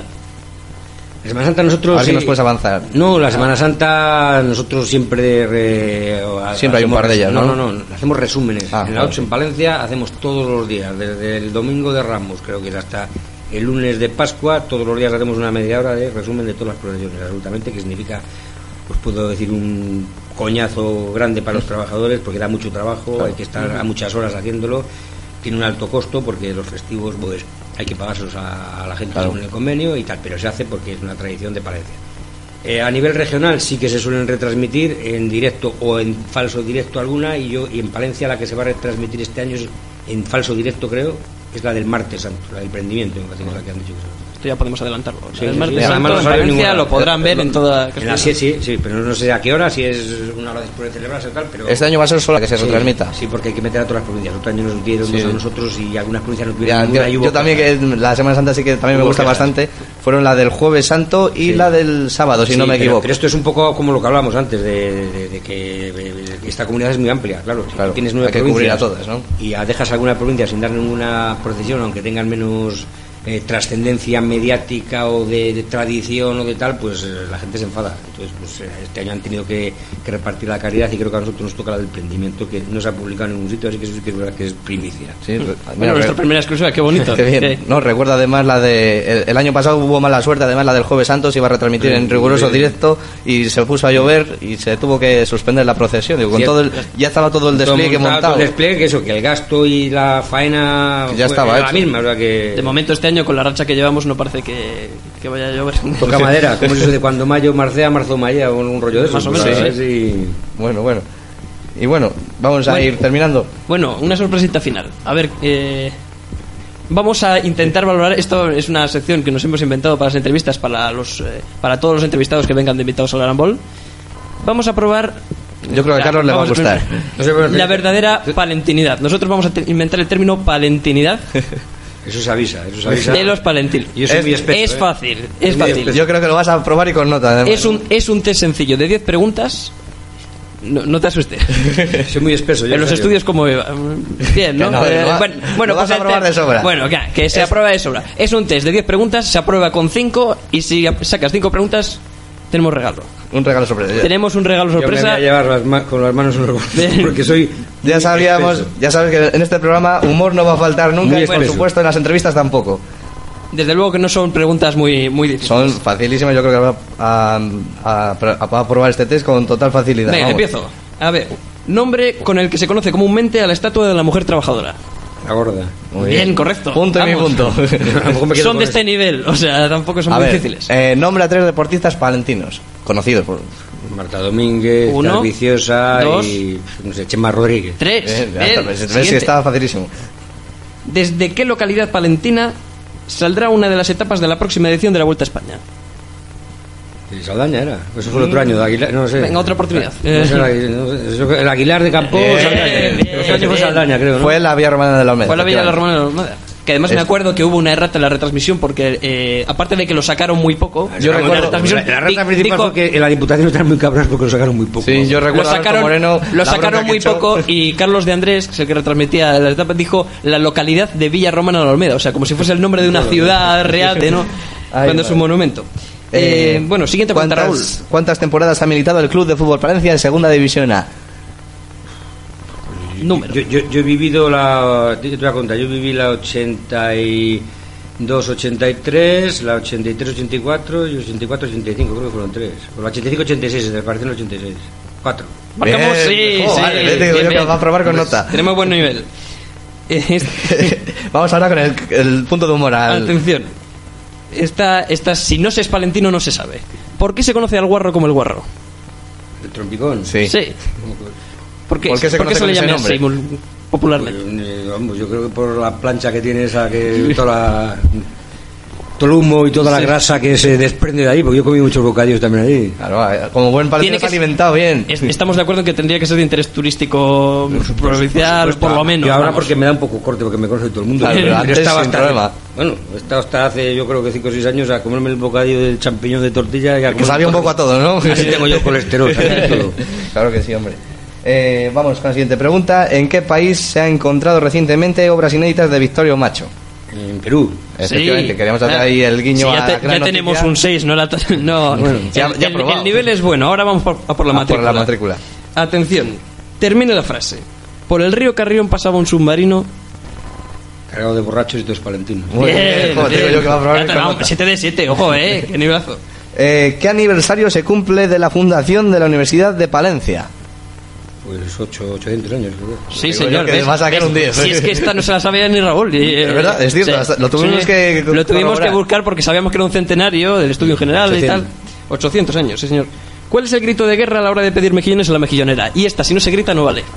La Semana Santa nosotros... A ver si nos puedes avanzar. No, la Semana Santa nosotros siempre... siempre hay un par de ellas, ¿no? No, hacemos resúmenes. En la 8 en Palencia hacemos todos los días, desde el domingo de Ramos, creo que es hasta el lunes de Pascua, todos los días hacemos una media hora de resumen de todas las procesiones, absolutamente, que significa, pues puedo decir, un coñazo grande para los trabajadores, porque da mucho trabajo, hay que estar a muchas horas haciéndolo. Tiene un alto costo porque los festivos pues hay que pagárselos a la gente según el convenio y tal, pero se hace porque es una tradición de Palencia. A nivel regional sí que se suelen retransmitir en directo o en falso directo alguna, y en Palencia la que se va a retransmitir este año es en falso directo, creo, es la del Martes Santo, la del prendimiento, me parece que es la que han dicho que se... Esto ya podemos adelantarlo. Sí, el Martes Santo en Palencia lo podrán ver en toda... Sí, pero no sé a qué hora, si es una hora después de celebrarse o tal, pero... Este año va a ser solo la que se retransmita. Sí, porque hay que meter a todas las provincias. Otro año nos dieron a nosotros y algunas provincias no tuvieron ninguna. Yo también, que la Semana Santa sí que también me gusta bastante, fueron la del Jueves Santo y la del sábado, si no me equivoco. Pero esto es un poco como lo que hablábamos antes, de que esta comunidad es muy amplia, claro. Si tienes 9 provincias, cubrir a todas, ¿no? Y dejas alguna provincia sin dar ninguna procesión, aunque tengan menos trascendencia mediática o de tradición o de tal, pues la gente se enfada. Entonces, pues este año han tenido que repartir la caridad, y creo que a nosotros nos toca la del emprendimiento, que no se ha publicado en ningún sitio, así que eso sí que es verdad que es primicia. Sí, bueno, nuestra primera exclusiva, qué bonito. Qué bien. No, recuerda además la de el año pasado hubo mala suerte, además la del Jueves Santo se iba a retransmitir en riguroso directo y se puso a llover y se tuvo que suspender la procesión. Digo, con todo ya estaba todo el despliegue montado. El despliegue, que el gasto y la faena ya estaba la misma, o sea que... De momento este año, con la racha que llevamos, no parece que vaya a llover. Toca madera, como es eso de cuando mayo marcea, marzo maya, o un rollo de eso. Más o menos, sí. Bueno. Y bueno, vamos a ir terminando. Bueno, una sorpresita final. A ver, vamos a intentar valorar. Esto es una sección que nos hemos inventado para las entrevistas, para todos los entrevistados que vengan de invitados al Gran Ball. Vamos a probar. Yo creo que a Carlos le va a gustar. La verdadera palentinidad. Nosotros vamos a inventar el término palentinidad. Eso se avisa. De los palentinos. Y eso es muy espeso, es fácil, es fácil. Yo creo que lo vas a probar y con nota. Además. Es un test sencillo de 10 preguntas. No te asustes. Soy muy espeso. En los estudios como Eva. Bien, ¿no? Bueno, vas a probar de sobra. Bueno, que se aprueba de sobra. Es un test de 10 preguntas, se aprueba con 5 y si sacas 5 preguntas tenemos regalo. Un regalo sorpresa. Tenemos un regalo sorpresa. Yo me voy a llevar con las manos en los bolsillos porque soy... Ya sabes que en este programa humor no va a faltar nunca y por supuesto en las entrevistas tampoco. Desde luego que no son preguntas muy difíciles. Son facilísimas, yo creo que va a probar este test con total facilidad. Venga, empiezo. A ver, nombre con el que se conoce comúnmente a la estatua de la mujer trabajadora. La gorda. Muy bien, correcto. Punto y mi punto. Son de este nivel, o sea, tampoco son muy difíciles. Nombre a 3 deportistas palentinos, conocidos por... Marta Domínguez, 1, Viciosa 2, y no sé, Chema Rodríguez. 3. Sí, estaba facilísimo. ¿Desde qué localidad palentina saldrá una de las etapas de la próxima edición de la Vuelta a España? Saldaña era. Eso fue el otro año. De Aguilar, no sé. Venga, otra oportunidad. El Aguilar de Campos. El año fue Saldaña, creo, ¿no? Fue la Villa Romana de la Olmeda. Fue la Villa Romana de la Olmeda. Que además me acuerdo que hubo una errata en la retransmisión porque aparte de que lo sacaron muy poco, yo recuerdo la errata principal fue que en la Diputación estaban muy cabrones porque lo sacaron muy poco. Sí, yo recuerdo lo sacaron muy poco y Carlos de Andrés, que es el que retransmitía la etapa, dijo la localidad de Villa Romana de la Olmeda, o sea, como si fuese el nombre de una ciudad real, ¿no? Cuando es un monumento. Bueno, siguiente pregunta, Raúl. ¿Cuántas temporadas ha militado el Club de Fútbol Palencia en Segunda División A? Número. Yo he vivido yo te voy a contar, yo viví la 82-83, la 83-84 y 84-85, creo que fueron 3. O la 85-86, me parece en el 86. 4. Marcamos, sí. Bien. Va a probar con nota. Tenemos buen nivel. Vamos ahora con el punto de humor. Atención. Esta, si no se es palentino, no se sabe. ¿Por qué se conoce al guarro como el guarro? ¿El trompicón? Sí. ¿Por qué se le llama así popularmente? Pues, yo creo que por la plancha que tiene esa, que todo el humo y toda la grasa que se desprende de ahí, porque yo comí muchos bocadillos también ahí. Claro, como buen palentino se ha alimentado bien. Estamos de acuerdo en que tendría que ser de interés turístico provincial, por lo menos. Y ahora porque me da un poco corte, porque me conoce todo el mundo. Claro, antes estaba he estado hasta hace, yo creo que 5 o 6 años a comerme el bocadillo del champiñón de tortilla. Y que sabía un poco a todo, ¿no? Así tengo yo colesterol. Claro que sí, hombre. Vamos con la siguiente pregunta. ¿En qué país se han encontrado recientemente obras inéditas de Victorio Macho? En Perú. Efectivamente, queríamos hacer ahí el guiño a la gran noticia. Tenemos un 6, no, bueno, el nivel es bueno. Ahora vamos a por la matrícula. Atención, termine la frase. Por el río Carrión pasaba un submarino cargado de borrachos y todos palentinos. Bien. 7 de 7, ojo, qué nivelazo. ¿Qué aniversario se cumple de la fundación de la Universidad de Palencia? Pues 800 años, creo. Sí, señor. Que va a sacar un 10. Si es que esta no se la sabía ni Raúl. Es verdad, es cierto. Sí. Lo tuvimos que buscar porque sabíamos que era un centenario del estudio general 800. Y tal. 800 años, sí, señor. ¿Cuál es el grito de guerra a la hora de pedir mejillones en la mejillonera? Y esta, si no se grita, no vale.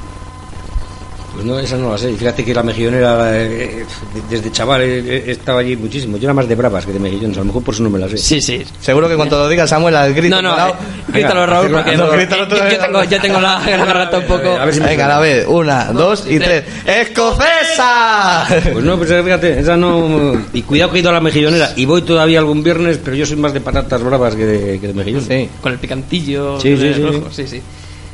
Pues no, esa no la sé. Fíjate que la mejillonera, desde chaval, estaba allí muchísimo. Yo era más de bravas que de mejillones. A lo mejor por eso no me la sé. Sí. Seguro que cuando lo diga Samuel al grito. No, grítalo, Raúl, porque yo tengo la garganta un poco. Venga, a la vez. 1, 2 y 3. ¡Escocesa! Pues no, pues fíjate, esa no. Y cuidado que he ido a la mejillonera. Y voy todavía algún viernes, pero yo soy más de patatas bravas que de mejillones. Sí. Con el picantillo. Sí.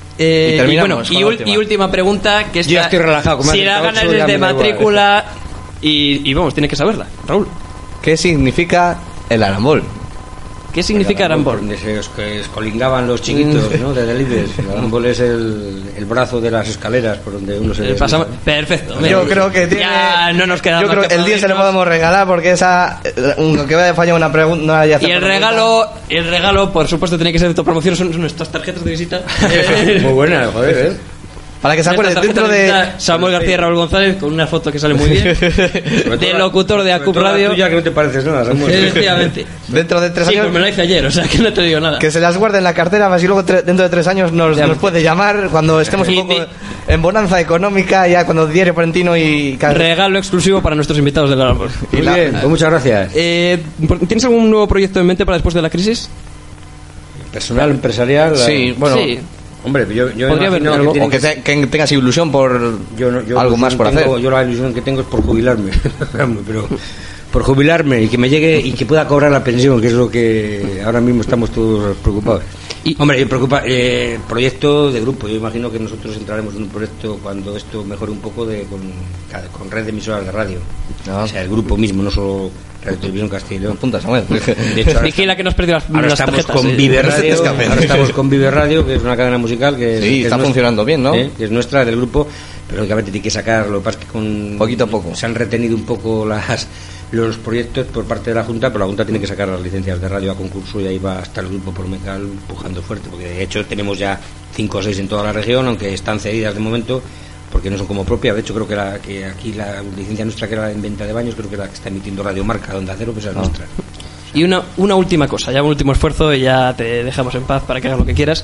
Y última pregunta, que yo ya estoy relajado. Si la ganas desde matrícula, y vamos, tiene que saberla. Raúl, ¿qué significa el Arambol? ¿Qué significa Arambol? Donde se escolingaban los chiquitos, ¿no? De Delibes. El Arambol es el brazo de las escaleras por donde uno se... Perfecto. Yo creo que tiene... Ya no nos queda. Yo creo que el 10 se lo podemos regalar porque esa... Aunque vaya a fallar una pregunta... No haya y el regalo, por supuesto, tiene que ser de autopromoción. Son nuestras tarjetas de visita. Muy buena, joder, ¿eh? Para que se acuerden, dentro de... Samuel García y Raúl González, con una foto que sale muy bien. De locutor de ACUP Radio. Ya que no te pareces nada, Samuel. Efectivamente. Dentro de 3 años... Sí, años... pues me lo hice ayer, o sea que no te digo nada. Que se las guarde en la cartera, así luego dentro de 3 años nos puede llamar cuando estemos un poco en bonanza económica, ya cuando Diario Palentino y... Regalo exclusivo para nuestros invitados del Arambol. Muy bien, pues muchas gracias. ¿Tienes algún nuevo proyecto en mente para después de la crisis? Personal, empresarial... Sí, bueno... Sí. Hombre, yo podría haber algo, o que tengas ilusión por algo más por hacer. Yo la ilusión que tengo es por jubilarme, pero por jubilarme y que me llegue y que pueda cobrar la pensión, que es lo que ahora mismo estamos todos preocupados. Hombre, preocupa proyecto de grupo. Yo imagino que nosotros entraremos en un proyecto cuando esto mejore un poco con red de emisoras de radio. O sea, el grupo mismo, no solo Radio Televisión Castilla y León. Punta, Samuel. De hecho, vigila que nos perdió las estamos tarjetas. Con Vive Radio, ahora estamos con Vive Radio, que es una cadena musical que sí, está funcionando bien, ¿no? Que es nuestra, del grupo, pero lógicamente tiene que sacar. Lo que pasa es que poquito a poco se han retenido un poco los proyectos por parte de la Junta, pero la Junta tiene que sacar las licencias de radio a concurso y ahí va a estar el grupo Promecal empujando fuerte, porque de hecho tenemos ya 5 o 6 en toda la región, aunque están cedidas de momento porque no son como propias. De hecho creo que aquí la licencia nuestra, que era en venta de baños, creo que la que está emitiendo Radio Marca Onda Cero, pues es nuestra. Y una última cosa, ya un último esfuerzo y ya te dejamos en paz para que hagas lo que quieras.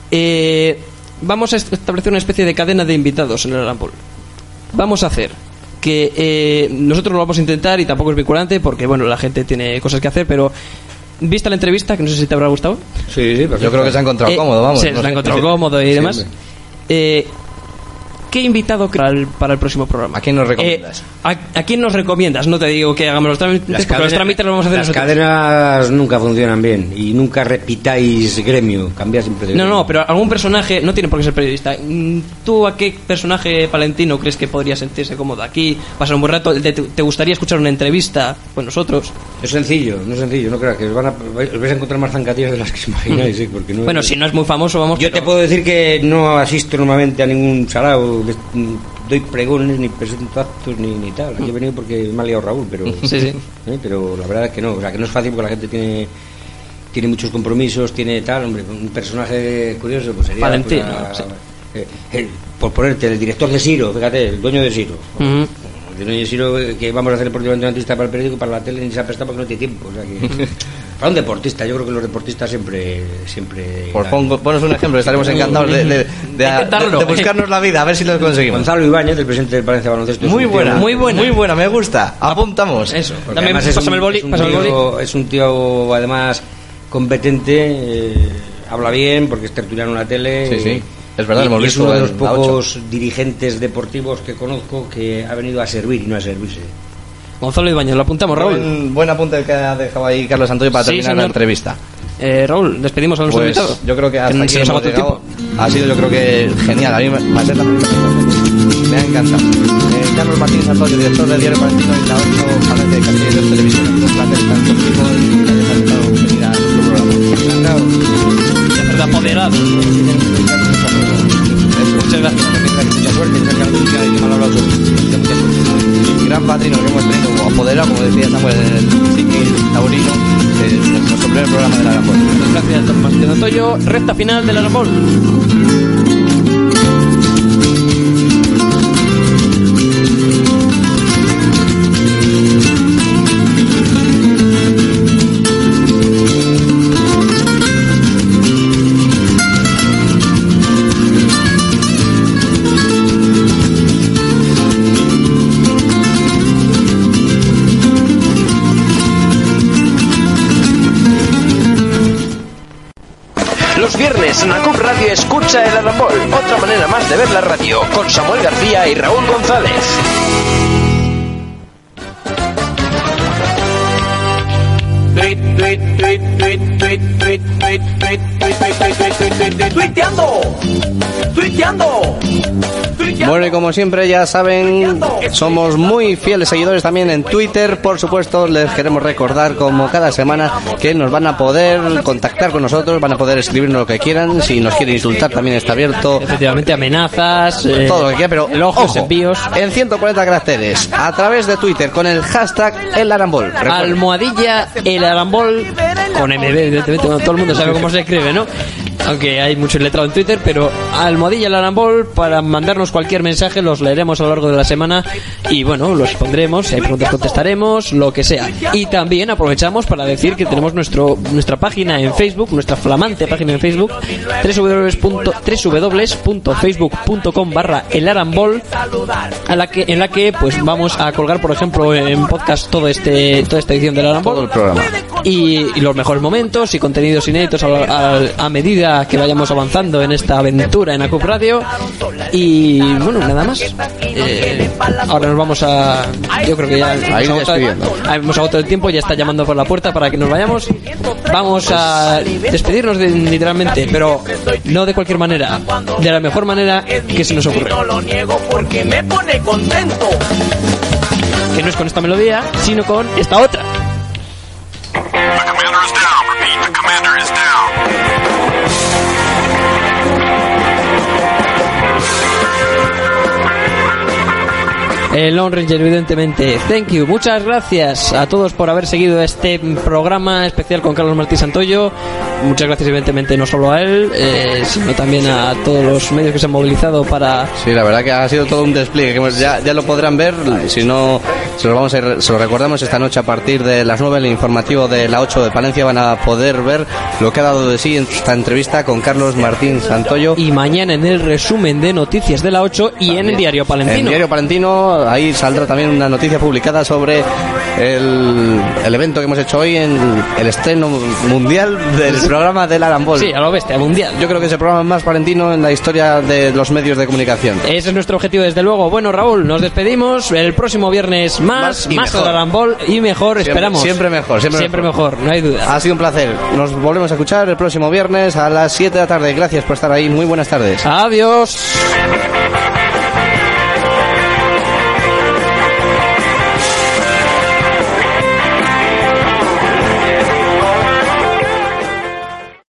Vamos a establecer una especie de cadena de invitados en el Arambol. Vamos a hacer que nosotros lo vamos a intentar, y tampoco es vinculante porque bueno, la gente tiene cosas que hacer, pero vista la entrevista, que no sé si te habrá gustado. Sí, perfecto. Yo creo que se ha encontrado cómodo, vamos. Se ha encontrado cómodo y demás. ¿Qué invitado para el próximo programa? ¿A quién nos recomiendas? ¿A quién nos recomiendas? No te digo que hagamos los trámites, porque los trámites los vamos a hacer nosotros. Las cadenas nunca funcionan bien y nunca repitáis gremio, cambiáis siempre de gremio. No, pero algún personaje, no tiene por qué ser periodista. ¿Tú a qué personaje palentino crees que podría sentirse cómodo aquí? Pasar un buen rato. ¿Te gustaría escuchar una entrevista con nosotros? Es sencillo, no creas que os vais a encontrar más zancatillas de las que os imagináis, ¿sí? Porque no, bueno, si no es muy famoso, vamos. Yo te puedo decir que no asisto normalmente a ningún salao, doy pregones, ni presento actos, ni tal. Aquí he venido porque me ha liado Raúl, pero sí. Pero la verdad es que no, o sea, que no es fácil porque la gente tiene muchos compromisos, tiene tal, hombre, un personaje curioso pues sería Valentino, por ponerte el director de Siro, fíjate, el dueño de Siro. El dueño de Siro, que vamos a hacer deportivamente una entrevista para el periódico, para la tele ni se ha prestado porque no tiene tiempo, o sea que para un deportista, yo creo que los deportistas siempre ponos un ejemplo, estaremos encantados de buscarnos la vida, a ver si lo conseguimos. Gonzalo Ibáñez, el presidente del Palencia Baloncesto, muy buena, me gusta, apuntamos eso. También pásame el boli. Es un tío además competente, habla bien porque es tertuliano en la tele. Sí. Es verdad, hemos visto. Es uno de los pocos dirigentes deportivos que conozco que ha venido a servir y no a servirse. Gonzalo Ibáñez, lo apuntamos, Raúl. Buen apunte que ha dejado ahí Carlos Antonio para terminar la entrevista. Raúl, despedimos a nuestro invitado. Yo creo que hasta aquí hemos llegado. Ha sido, yo creo que genial. A mí va a ser la primera. Me ha encantado. Carlos Martínez Antonio, director de Diario Palentino y la 8 Palencia de Castilla y León Televisión. Un placer estar contigo y que hayas aceptado venir a nuestro programa. Ya verdad, apoderado. Muchas gracias. Mucha suerte, mucha característica y que me ha hablado gran padrino que hemos tenido apoderado, como decía Samuel, en el Siki Taurino, de nuestro primer programa del Arambol. Muchas gracias, don Martín Antonio. Recta final del Arambol. En ACUP Radio escucha el Arambol, otra manera más de ver la radio, con Samuel García y Raúl González. Tweet, tweet. Bueno, y como siempre ya saben, somos muy fieles seguidores también en Twitter. Por supuesto, les queremos recordar como cada semana que nos van a poder contactar con nosotros, van a poder escribirnos lo que quieran. Si nos quieren insultar también está abierto. Efectivamente, amenazas, todo lo que quiera, pero elogios, envíos. En 140 caracteres, a través de Twitter con el hashtag El Arambol. Almohadilla El Arambol con MB, evidentemente, bueno, todo el mundo sabe cómo se escribe, ¿no? Aunque hay mucho letrado en Twitter, pero almohadilla El Arambol para mandarnos cualquier mensaje, los leeremos a lo largo de la semana y bueno, los pondremos, si hay preguntas contestaremos, lo que sea. Y también aprovechamos para decir que tenemos nuestra página en Facebook, nuestra flamante página en Facebook, www.facebook.com/El Arambol, en la que pues vamos a colgar, por ejemplo, en podcast toda esta edición del Arambol, todo el programa y los mejores momentos y contenidos inéditos a medida que vayamos avanzando en esta aventura en ACUP Radio. Y bueno, nada más. Ahora nos vamos a... Yo creo que ya hemos agotado el tiempo, ya está llamando por la puerta para que nos vayamos. Vamos a despedirnos literalmente, pero no de cualquier manera, de la mejor manera que se nos ocurre. Que no es con esta melodía, sino con esta otra. El Lone Ranger, evidentemente. Thank you. Muchas gracias a todos por haber seguido este programa especial con Carlos Martí Santoyo. Muchas gracias, evidentemente, no solo a él, sino también a todos los medios que se han movilizado para... Sí, la verdad que ha sido todo un despliegue. Que ya lo podrán ver. Si no, se lo recordamos esta noche a partir de las 9 en el informativo de la 8 de Palencia. Van a poder ver lo que ha dado de sí en esta entrevista con Carlos Martín Santoyo. Y mañana en el resumen de noticias de la 8 y también en el Diario Palentino. En el Diario Palentino, ahí saldrá también una noticia publicada sobre el evento que hemos hecho hoy, en el estreno mundial del programa del Arambol. Sí, a lo bestia, mundial. Yo creo que es el programa más palentino en la historia de los medios de comunicación. Ese es nuestro objetivo, desde luego. Bueno, Raúl, nos despedimos. El próximo viernes más del Arambol y mejor, siempre, esperamos. Siempre mejor, no hay duda. Ha sido un placer. Nos volvemos a escuchar el próximo viernes a las 7 de la tarde. Gracias por estar ahí. Muy buenas tardes. Adiós.